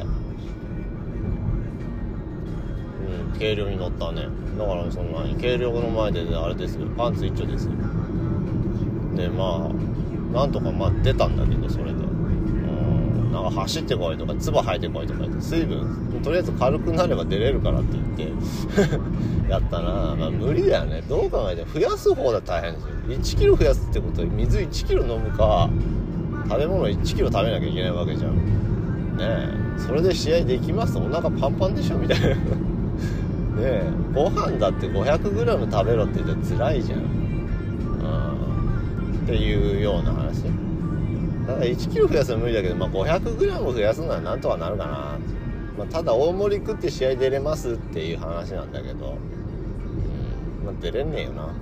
うん、軽量に乗ったね。だからその何軽量の前で、ね、あれですよ、パンツ一丁ですよ。でまあなんとかまあ出たんだけど、それでうんなんか走ってこいとか唾吐いてこいとか言って、水分とりあえず軽くなれば出れるからって言ってやったな。まあ無理だよね、どう考えても。増やす方が大変ですよ。いちキロ増やすってことは水いちキロ飲むか食べ物いちキロ食べなきゃいけないわけじゃんね。えそれで試合できますとお腹パンパンでしょみたいなねえご飯だって ごひゃくグラム 食べろって言ったら辛いじゃん、うん、っていうような話だから。いちキロ増やすのは無理だけど、まあ、ごひゃくグラム 増やすのはなんとかなるかな、まあ、ただ大盛り食って試合出れますっていう話なんだけど、うんまあ、出れんねえよな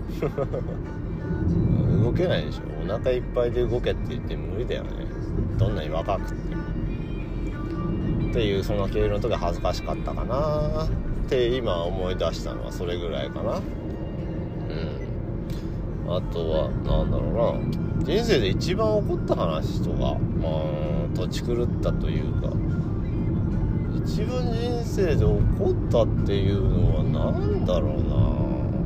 動けないでしょ。お腹いっぱいで動けって言って無理だよね、どんなに若くってっていう、その経路の時は恥ずかしかったかなって今思い出したのはそれぐらいかな。うんあとはなんだろうな、人生で一番起こった話とか、まあ土地狂ったというか、一番人生で起こったっていうのはなんだろうな。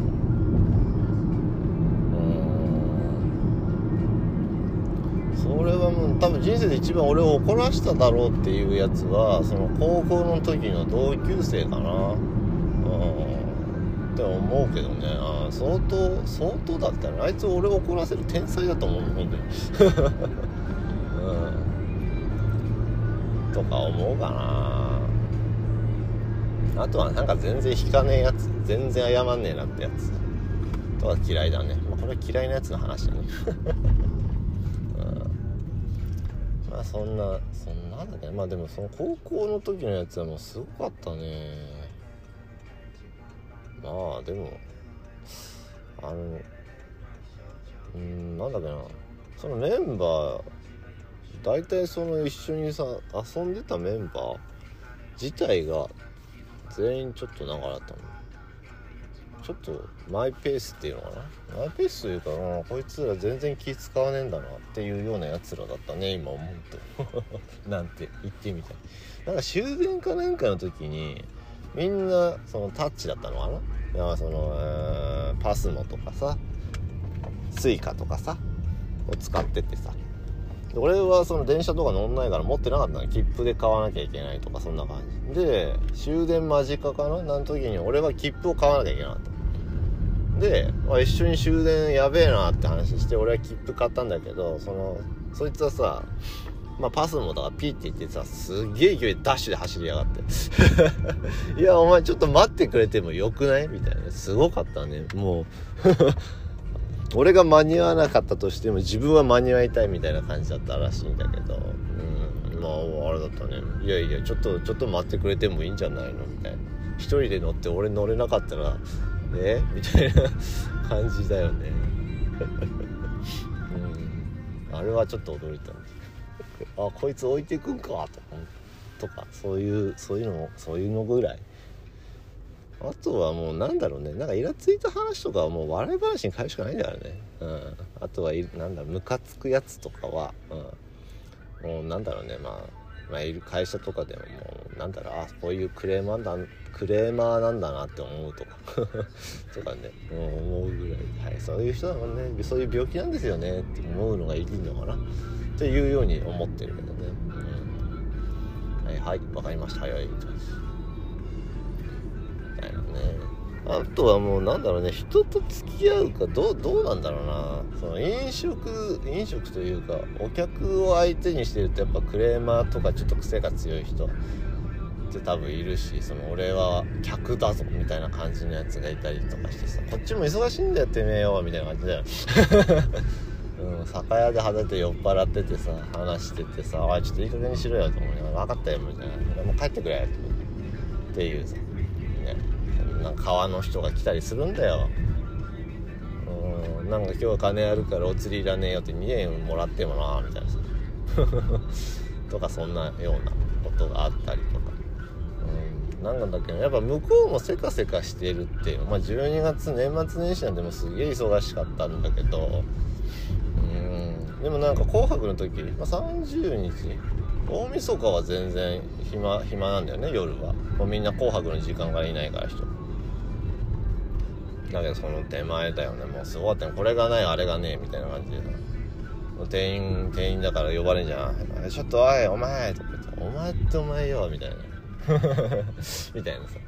それはもう多分人生で一番俺を怒らしただろうっていうやつは、その高校の時の同級生かな、うんって思うけどね。あ相当相当だったらあいつを俺を怒らせる天才だと思う、本当に、うん、とか思うかな。あとはなんか全然引かねえやつ、全然謝んねえなってやつとは嫌いだね。まあ、これは嫌いなやつの話だねまあそんなそんなんだね。まあでもその高校の時のやつはもうすごかったね。まあでもあのうーんなんだっけな、そのメンバー大体その一緒にさ遊んでたメンバー自体が全員ちょっとなんかだったの、ちょっとマイペースっていうのかな、マイペースというかな、こいつら全然気使わねえんだなっていうようなやつらだったね、今思うとなんて言ってみたい。なんか終電かなんかの時にみんなそのタッチだったのかな、だからその、えー、パスモとかさスイカとかさを使っててさ、俺はその電車とか乗んないから持ってなかったの、切符で買わなきゃいけないとかそんな感じで、終電間近かななん時に俺は切符を買わなきゃいけなかったで、まあ、一緒に終電やべえなって話して俺は切符買ったんだけど、そのそいつはさ、まあ、パスモとかピーって言ってさ、すげえ勢いでダッシュで走りやがっていやお前ちょっと待ってくれてもよくないみたいな、すごかったね。もう俺が間に合わなかったとしても自分は間に合いたいみたいな感じだったらしいんだけど、うんまああれだったね。いやいやちょっとちょっと待ってくれてもいいんじゃないのみたいな、一人で乗って俺乗れなかったらねみたいな感じだよね、うん、あれはちょっと驚いたあこいつ置いてくんかとか、とかそういうそういうのそういうのぐらいあとはもうなんだろうね、なんかイラついた話とかはもう笑い話に変えるしかないんだよね。うん。あとはなんだろう、ムカつくやつとかは、うん、もうなんだろうね、まあまあいる会社とかでももうなんだろう、あ、こういうクレーマーだクレーマーなんだなって思うとかとかね、うん、思うぐらい、はい、そういう人だもんね、そういう病気なんですよねって思うのがいいのかなっていうように思ってるけどね。うん、はいはい、わかりました、はいはいみたいなね。あとはもうなんだろうね、人と付き合うかどうどうなんだろうな、その飲食飲食というかお客を相手にしてるとやっぱクレーマーとかちょっと癖が強い人って多分いるし、その俺は客だぞみたいな感じのやつがいたりとかしてさ、こっちも忙しいんだよてめえよみたいな感じだようん、酒屋で肌で酔っ払っててさ、話しててさ、おいちょっといい加減にしろよと思うよ、分かったよみたいな、もう帰ってくれっていうさね、なんか川の人が来たりするんだよ。うん、なんか今日は金あるからお釣りいらねえよってにえんもらってもなみたいなさとかそんなようなことがあったりとか、うん、なんだっけな、やっぱ向こうもせかせかしてるっていう、まあじゅうにがつ年末年始なんでもすげえ忙しかったんだけど、うん、でもなんか紅白の時、まあ、さんじゅうにち大晦日は全然暇暇なんだよね、夜は。もうみんな紅白の時間がいないから人だけど、その手前だよね、もうすごかったね、これがないあれがねえみたいな感じでさ、店員店員だから呼ばれんじゃん、ちょっとおいお前とか言って、お前ってお前よみたいなみたいなさ、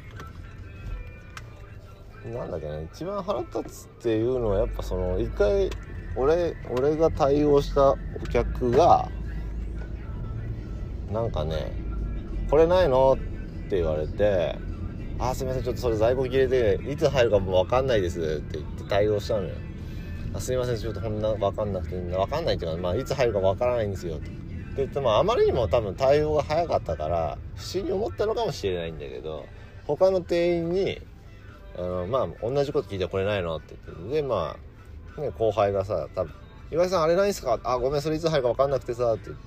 なんだっけね、一番腹立つっていうのはやっぱその一回俺俺が対応したお客がなんかね、これないのって言われて、あーすみませんちょっとそれ在庫切れでいつ入るかもう分かんないですって言って対応したのよ。あ、すみませんちょっとこんな分かんなくて分かんないっていうか、まあいつ入るか分からないんですよって言って、まああまりにも多分対応が早かったから不審に思ったのかもしれないんだけど、他の店員にあのまあ同じこと聞いてこれないのって言って、でまあ、ね、後輩がさ、多分岩井さんあれないんすか、あごめんそれいつ入るか分かんなくてさって言って、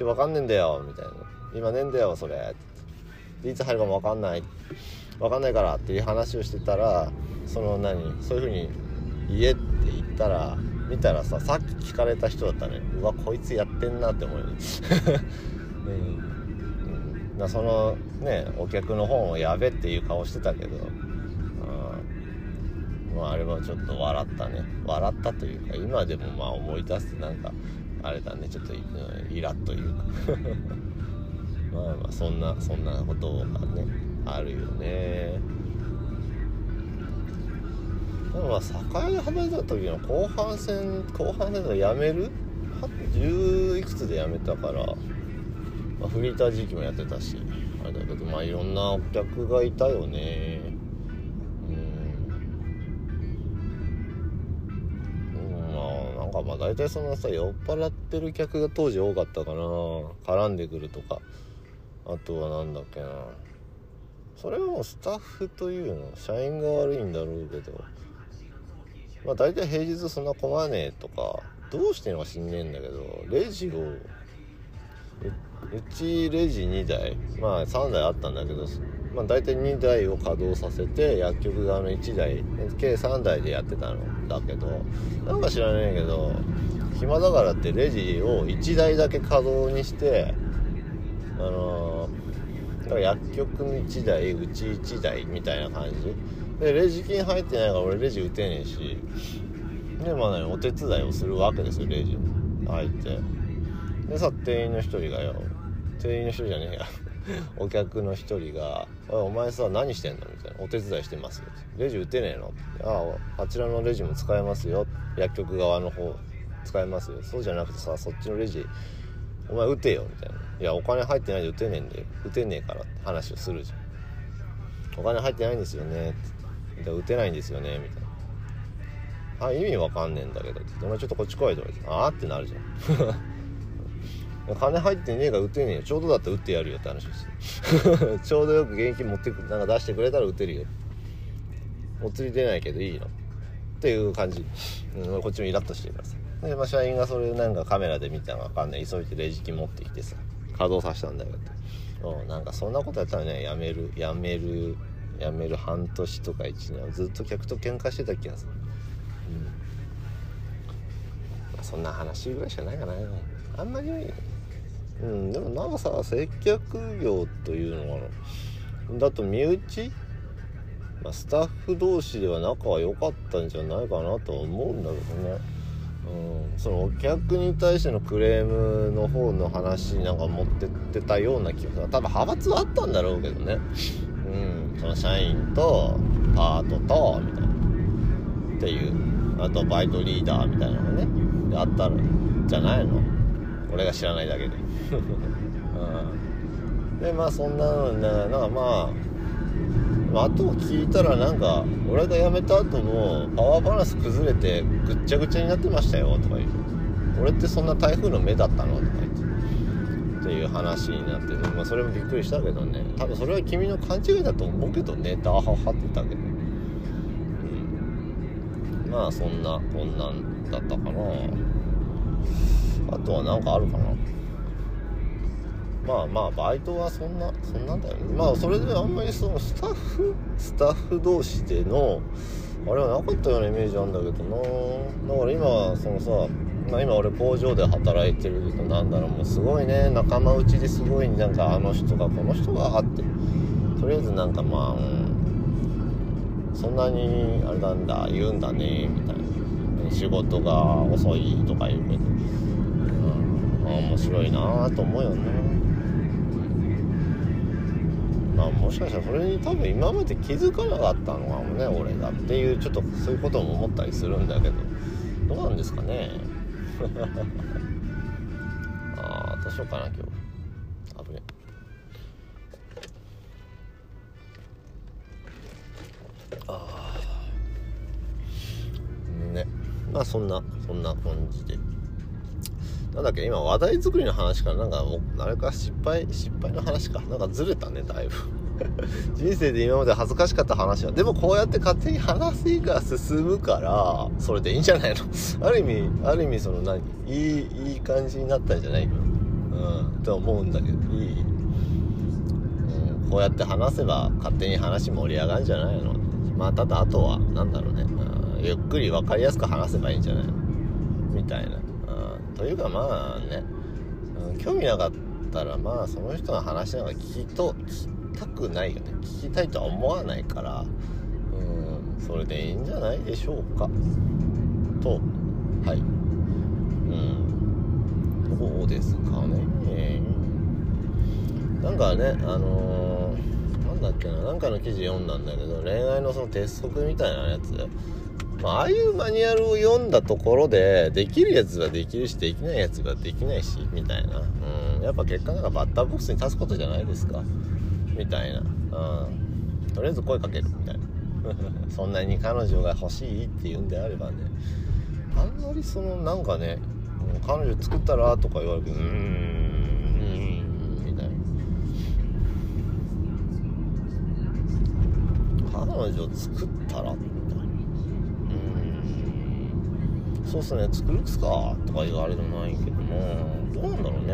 分かんねえんだよみたいな、今ねえんだよそれって、いつ入るかも分かんない分かんないからっていう話をしてたら、その何そういう風に言えって言ったら見たらさ、さっき聞かれた人だったね。うわこいつやってんなって思うよね、うんうん、だそのねお客の方もやべっていう顔してたけど、まあ、あれはちょっと笑ったね、笑ったというか今でもまあ思い出すとなんかあれだね、ちょっとイラッというかまあまあそんなそんなことがねあるよね。でもまあ栄で働いた時の後半戦後半戦とか辞めるじゅういくつで辞めたから、まあ、フリーター時期もやってたしあれだけど、まあいろんなお客がいたよね。なんかまあ大体そのさ、酔っ払ってる客が当時多かったかな、絡んでくるとか。あとはなんだっけな、それはもうスタッフというの社員が悪いんだろうけど、まあ大体平日そんな混まねえとかどうしてんのか知んねえんだけど、レジを う, うちレジにだい、まあさんだいあったんだけど、まあ大体にだいを稼働させて薬局側のいちだい計さんだいでやってたのだけど、なんか知らないけど暇だからってレジをいちだいだけ稼働にして、あのー、だから薬局にいちだいうちいちだいみたいな感じで、レジ金入ってないから俺レジ打てねえし、でまあねお手伝いをするわけですよ、レジ入ってでさ、店員の一人がよ店員の一人じゃねえやお客の一人がお, お前さ何してんのみたいな、お手伝いしてますよ、レジ打てねえの、あああちらのレジも使えますよ、薬局側の方使えますよ、そうじゃなくてさそっちのレジお前打てよみたいな、いやお金入ってないで打てねえんで打てねえからって話をするじゃん。お金入ってないんですよねって打てないんですよねみたいな、あ意味わかんねえんだけどって、お前ちょっとこっち来いとか言って、あーってなるじゃん金入ってねえから打てねえよ、ちょうどだったら打ってやるよって話をしてちょうどよく現金持ってくなんか出してくれたら打てるよ、お釣り出ないけどいいのっていう感じ、うん、こっちもイラッとしてるからさ。で、まあ、社員がそれなんかカメラで見たのか分かんない、急いでレジ機持ってきてさ稼働させたんだよって、うん、なんかそんなことやったらねやめるやめる辞める半年とかいちねんはずっと客と喧嘩してた気がする。うんまあ、そんな話ぐらいしかないかな。あんまりうんでもなんかさ、接客業というのかな、だと身内、まあ、スタッフ同士では仲は良かったんじゃないかなとは思うんだけどね。うん、そのお客に対してのクレームの方の話なんか持ってってたような気がする。多分派閥はあったんだろうけどね。うん、その社員とパートとみたいなっていう、あとバイトリーダーみたいなのがねあったんじゃないの。俺が知らないだけで、うん、でまあそんなのね、なんかまああと聞いたらなんか俺が辞めた後もパワーバランス崩れてぐっちゃぐちゃになってましたよとか言う。俺ってそんな台風の目だったのとか言ってっていう話になって、まあ、それもびっくりしたけどね。多分それは君の勘違いだと思うけどね、ダーハハって言ったけど、うん、まあそんなこんなんだったかな。あとはなんかあるかな。まあまあバイトはそんなそんなんだよね。まあそれであんまりそのスタッフスタッフ同士でのあれはなかったようなイメージあるんだけどな。だから今そのさ、まあ、今俺工場で働いてるけど、なんだろう、もうすごいね、仲間内ですごいなんかあの人がこの人があって、とりあえずなんかまあ、うん、そんなにあれなんだ言うんだねみたいな、仕事が遅いとか言うけど、うん、あ面白いなと思うよね。まあ、もしかしたらそれに多分今まで気づかなかったのかもね、俺がっていう、ちょっとそういうことも思ったりするんだけど、どうなんですかね。ああどうしようかな今日。危ね。ああね、まあそんなそんな感じで、なんだっけ今話題作りの話かな、なんかあれか失敗失敗の話かなんかずれたねだいぶ。人生で今まで恥ずかしかった話はでもこうやって勝手に話が進むからそれでいいんじゃないの。ある意味ある意味その何いいいい感じになったんじゃないの、うんと思うんだけど、いい、うん、こうやって話せば勝手に話盛り上がるんじゃないの。まあただあとはなんだろうね、うん、ゆっくり分かりやすく話せばいいんじゃないのみたいな、うん、というかまあね、うん、興味なかったらまあその人の話なんか聞きと聞きたくないよね。聞きたいとは思わないから、うんそれでいいんじゃないでしょうかと。はい、うんどうですかね。なんかねあのー、なんだっけな、なんかの記事読んだんだけど、恋愛のその鉄則みたいなやつ、まあ、ああいうマニュアルを読んだところでできるやつはできるしできないやつはできないしみたいな、うんやっぱ結果なんかバッターボックスに立つことじゃないですかみたいな、うん、とりあえず声かけるみたいな。そんなに彼女が欲しいって言うんであればね、あんまりそのなんかね、彼女作ったらとか言われてうーんうーんみたいな、彼女作ったらみたいな、うーんそうっすね作るっすかとか言われてもないけども、どうなんだろうね。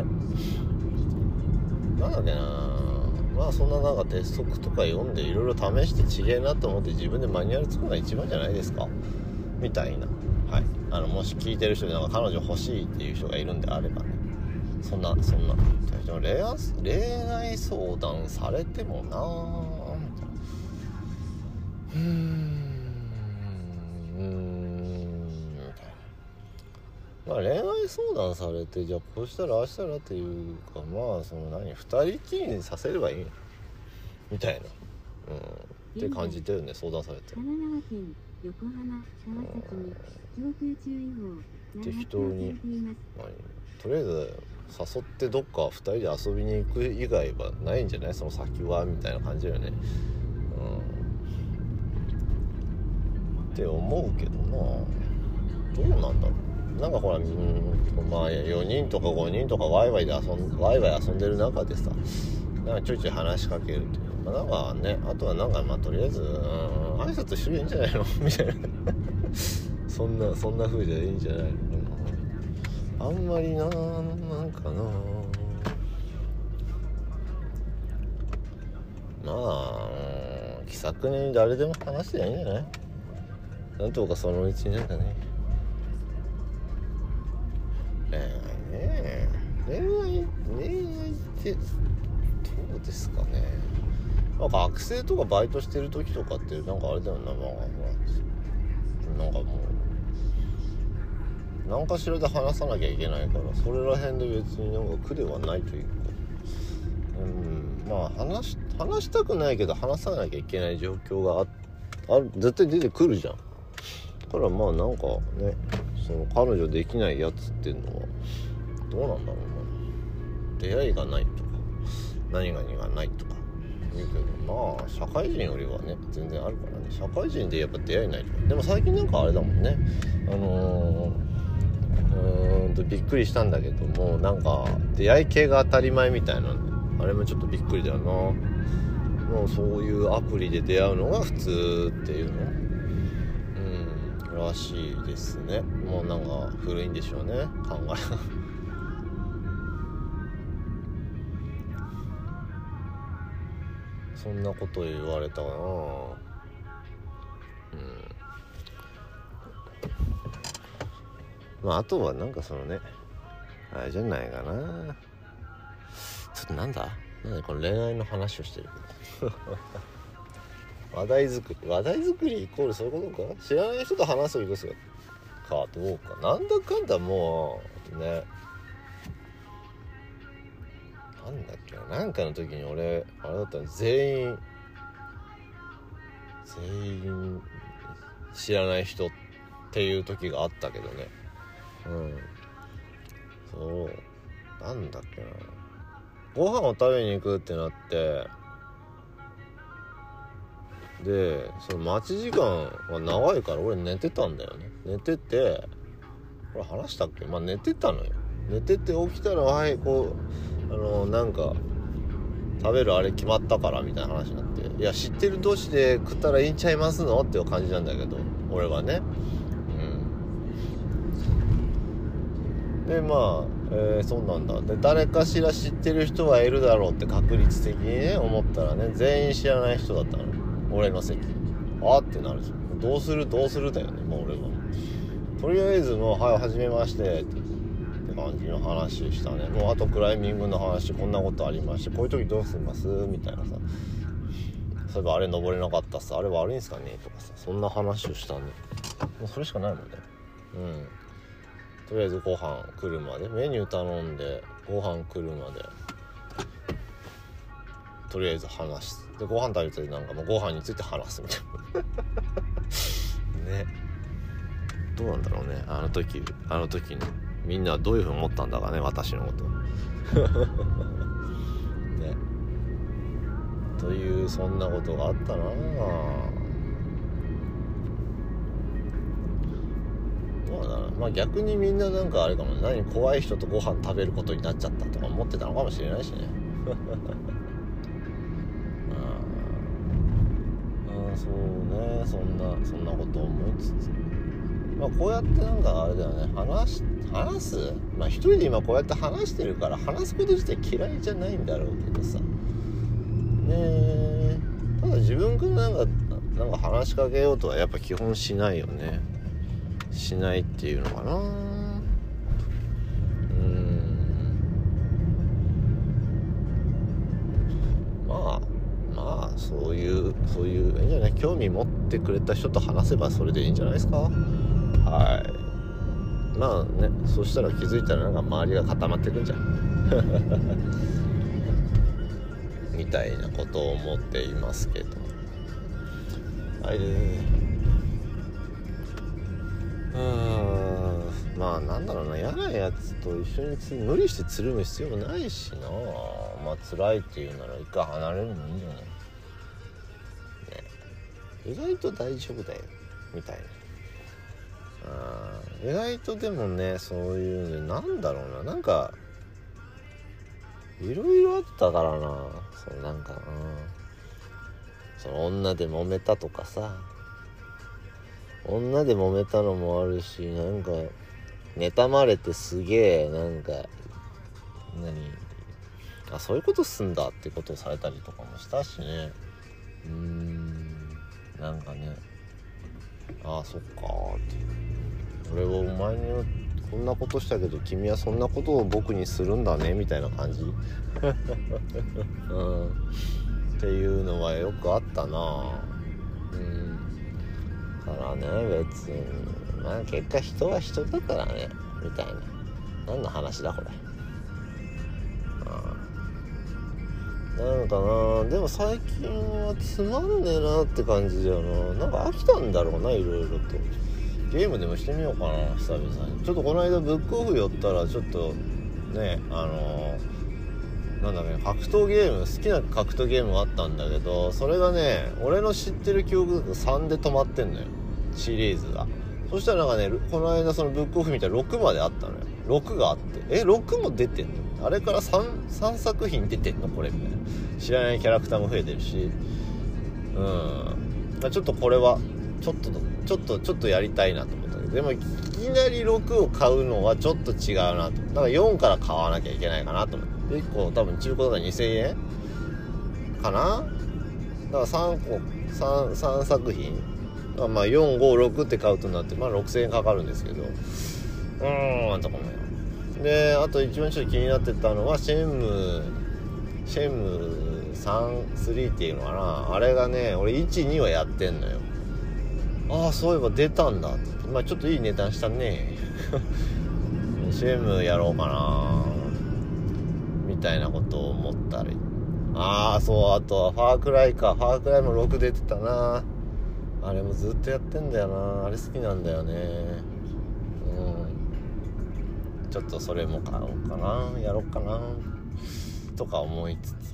なんだっけな、まあそんななんか鉄則とか読んでいろいろ試してちげえなと思って自分でマニュアル作るのが一番じゃないですかみたいな。はい、あのもし聞いてる人でなんか彼女欲しいっていう人がいるんであればね、そんなそんな恋愛、恋愛相談されてもなぁみたいな、うーんうーんみたいな。まあ恋愛相談されてじゃあこうしたらああしたらっていうか、まあその何二人きりにさせればいいみたいな、うんって感じだよね。相談されて神奈川県横浜川崎に強風注意報適当に、とりあえず誘ってどっかふたりで遊びに行く以外はないんじゃない、その先はみたいな感じだよね、うん、って思うけどな。どうなんだろう。なんかほら、うん、まあよにんとかごにんとかワイワイで遊んワイワイ遊んでる中でさ、なんかちょいちょい話しかけるっていう、まあ、なんかね、あとはなんかまあとりあえず、うん、挨拶してりゃいいんじゃないのみたいなそんなそんな風じゃいいんじゃないの。あんまりな、なんかな、まあ気さくに誰でも話してりゃいいんじゃない？なんとかそのうちになんかね、恋愛ね恋愛恋愛ってどうですかね。まあ、学生とかバイトしてる時とかってなんかあれだよな、まあまあなんかもう何かしらで話さなきゃいけないから、それら辺で別になんか苦ではないというか、うん、まあ話し話したくないけど話さなきゃいけない状況が あ, ある絶対出てくるじゃん。だからまあなんかね、その彼女できないやつっていうのはどうなんだろうな。出会いがないとか何々がないとか言うけど、まあ社会人よりはね全然あるからね。社会人でやっぱ出会いないとか。でも最近なんかあれだもんね、あのーうーんとびっくりしたんだけども、なんか出会い系が当たり前みたいな、あれもちょっとびっくりだよな。もうそういうアプリで出会うのが普通っていうのうんらしいですね。もうなんか古いんでしょうね、考えそんなこと言われたかな。うんまああとはなんかそのね、あれじゃないかな、ちょっとなんだなんだこの恋愛の話をしてる話題作り話題作りイコールそういうことか。知らない人と話すことかどうか、なんだかんだもうね、なんだっけな、なんかの時に俺あれだったの、全員全員知らない人っていう時があったけどね。うんそうなんだっけな、ご飯を食べに行くってなって、でその待ち時間が長いから俺寝てたんだよね。寝てて、これ話したっけ、まあ寝てたのよ。寝てて起きたら、はいこうあのなんか食べるあれ決まったからみたいな話になって、いや知ってる同士で食ったらいいんちゃいますのっていう感じなんだけど、俺はね。うんでまあ、えー、そうなんだ。で誰かしら知ってる人はいるだろうって確率的にね思ったらね、全員知らない人だったの、俺の席。あーってなるじゃん。どうするどうするだよね。もう俺はとりあえずもうはい初めましてって感じの話したね。もうあとクライミングの話、こんなことありまして、こういう時どうしますみたいなさ、そういえばあれ登れなかったっす、あれ悪いんすかねとかさ、そんな話をしたね。もうそれしかないもんね。うんとりあえずご飯来るまでメニュー頼んで、ご飯来るまでとりあえず話す。でご飯食べてなんかもうご飯について話すみたいなね。どうなんだろうね、あの時あの時にみんなはどういうふうに思ったんだかね、私のことね。というそんなことがあったな。どうだろう、まあ逆にみんななんかあれかもね、何怖い人とご飯食べることになっちゃったとか思ってたのかもしれないしねああそうね、そんなそんなこと思いつつ、まあこうやってなんかあれだよね、話話すまあ一人で今こうやって話してるから話すこと自体嫌いじゃないんだろうけどさねえ、ただ自分からなんかなんか話しかけようとはやっぱ基本しないよね。しないっていうのかな。うーんまあまあそういうそういういいんじゃない、興味持ってくれた人と話せばそれでいいんじゃないですか。はいまあね、そしたら気づいたらなんか周りが固まってくんじゃんみたいなことを思っていますけど、はいでうんまあなんだろうな、嫌なやつと一緒につ無理してつるむ必要もないしな。まあ辛いっていうなら一回離れるのもいいんじゃない、ね、意外と大丈夫だよみたいな。あ意外とでもね、そういうね、なんだろうな、なんかいろいろあったからな。そうなんかな、その女で揉めたとかさ、女で揉めたのもあるし、なんか妬まれてすげえなんか何あそういうことすんだってことをされたりとかもしたしね。うーんなんかね、ああそっかーって、俺はお前にこんなことしたけど君はそんなことを僕にするんだねみたいな感じ、うん、っていうのはよくあったな。うんからね、別にまあ結果人は人だからねみたいな。何の話だこれ。なんかな、でも最近はつまんねえなって感じだよな。なんか飽きたんだろうな、いろいろと。ゲームでもしてみようかな、久々に。ちょっとこの間ブックオフ寄ったらちょっとね、あのー、なんだろうね、格闘ゲーム、好きな格闘ゲームがあったんだけど、それがね、俺の知ってる記憶だとさんで止まってんのよ、シリーズが。そしたらなんかね、この間そのブックオフ見たらろくまであったのよ。ろくがあって、えろくも出てんの、あれから 3, さん作品出てんのこれみたいな。知らないキャラクターも増えてるし、うん、ちょっとこれはちょっとちょっとちょっとやりたいなと思ったけど、でもいきなりろくを買うのはちょっと違うなと。だからよんから買わなきゃいけないかなと思って、いっこ多分中古だからにせんえんかな。だからさんこ 3, さん作品、まあよんごろくって買うとなってまあろくせんえんかかるんですけど、うーんとかもよ。であと一番ちょっと気になってたのはシェンムシェンムさん、スリーっていうのかな、あれがね、俺いち、にはやってんのよ。ああそういえば出たんだって。まあちょっといい値段したねシェンムやろうかなみたいなことを思ったり、ああそう、あとはファークライか。ファークライもろく出てたな。あれもずっとやってんだよな。あれ好きなんだよね。うん、ちょっとそれも買おうかな、やろうかなとか思いつつ、うん、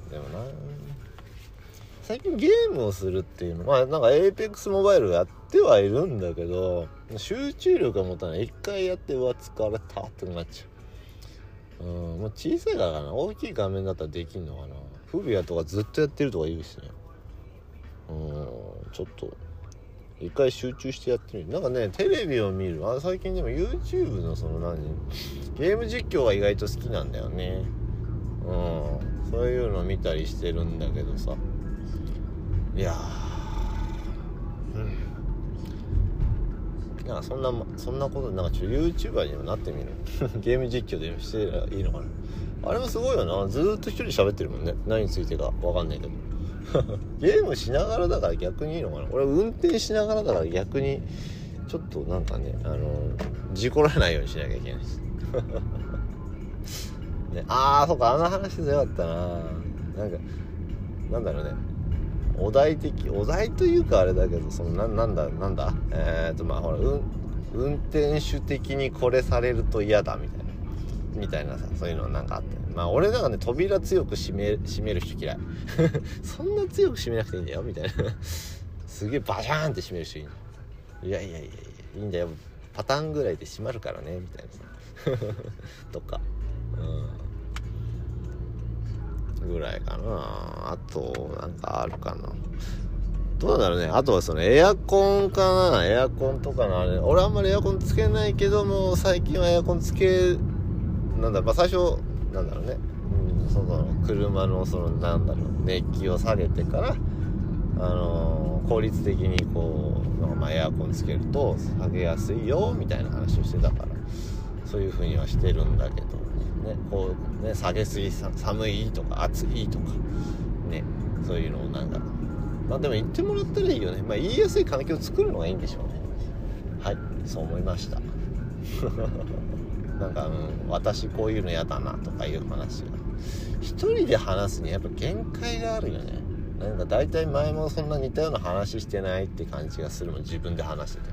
でもな、最近ゲームをするっていうのは、まあなんか エーペックス モバイルやってはいるんだけど、集中力が持たない。一回やってうわ疲れたってなっちゃう。うん、もう小さいからかな。大きい画面だったらできんのかな。フビアとかずっとやってるとか言うしね。うん、ちょっと一回集中してやってみる。なんかね、テレビを見る、あ最近でも YouTube のその何ゲーム実況が意外と好きなんだよね。うん、そういうの見たりしてるんだけどさ、いやー、うん、なんかそんなそんなことでなんかちょっと YouTuber にもなってみるゲーム実況でしてらいいのかな。あれもすごいよな。ずーっと一人喋ってるもんね。何についてか分かんないけどゲームしながらだから逆にいいのかな。俺運転しながらだから逆にちょっとなんかね、あの事故らないようにしなきゃいけないですね。あーそっか、あの話でよかったな。なんかなんだろうね、お題的お題というかあれだけど、その な, なんだなんだえー、っとまあほら、うん、運転手的にこれされると嫌だみたいなみたいなさ、そういうのなんかあって、まあ俺なんかね、扉強く閉め閉める人嫌いそんな強く閉めなくていいんだよみたいなすげえバシャーンって閉める人いいんだよ。いやいやいやいやいいんだよ、パターンぐらいで閉まるからねみたいなさとか、うんぐらいかな。あとなんかあるかな。どうだろうね。あとはそのエアコンかな。エアコンとかのあれ、俺あんまりエアコンつけないけども、最近はエアコンつけなんだろう、まあ最初なんだろうね、うん、その車のそのなんだろう、熱気を下げてから、あのー、効率的にこうなんかまあエアコンつけると下げやすいよみたいな話をしてたから、そういう風にはしてるんだけどね。こうね、下げすぎ、寒いとか暑いとかね、そういうのをなんか、まあでも言ってもらったらいいよね。まあ言いやすい環境を作るのがいいんでしょうね。はい、そう思いましたなんか、うん、私こういうの嫌だなとかいう話が一人で話すにやっぱ限界があるよね。なんか大体前もそんな似たような話してないって感じがするもん、自分で話してて。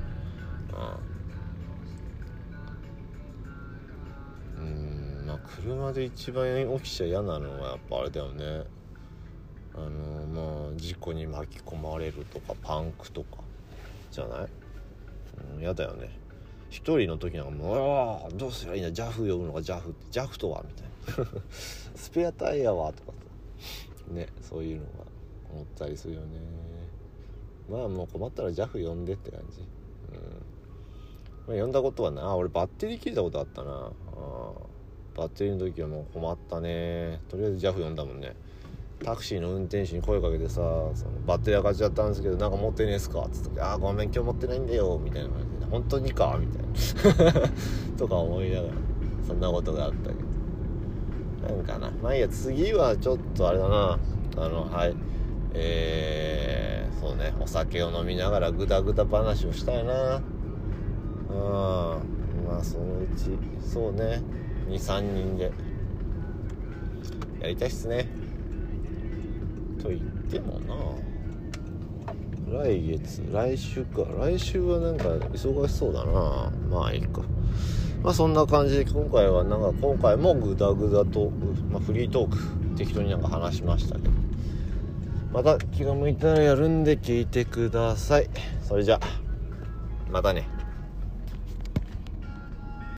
うん、うーん、まあ車で一番起きちゃ嫌なのはやっぱあれだよね。あのまあ事故に巻き込まれるとかパンクとかじゃない？うん、嫌だよね。一人の時なんかもう、ああどうすりゃいいんだ、ジャフ呼ぶのか、ジャフってジャフとはみたいなスペアタイヤはとかね、そういうのが思ったりするよね。まあもう困ったらジャフ呼んでって感じ。うん、まあ、呼んだことはな、俺バッテリー切れたことあったな。あバッテリーの時はもう困ったね。とりあえずジャフ呼んだもんね。 タクシーの運転手に声かけてさ、そのバッテリー上がっちゃったんですけどなんか持ってねえっすかっつって、あーごめん今日持ってないんだよみたいな感じで、本当にかみたいなとか思いながら、そんなことがあったけど、なんかな、まあいいや、次はちょっとあれだな、あのはいえー、そうね、お酒を飲みながらグダグダ話をしたいな。うん、まあそのうちそうね に,さん 人でやりたいっすね。と言ってもな、来月来週か来週はなんか忙しそうだな。まあいいか。まあそんな感じで今回はなんか今回もグダグダトーク、まあ、フリートーク適当になんか話しましたけど、また気が向いたらやるんで聞いてください。それじゃまたね。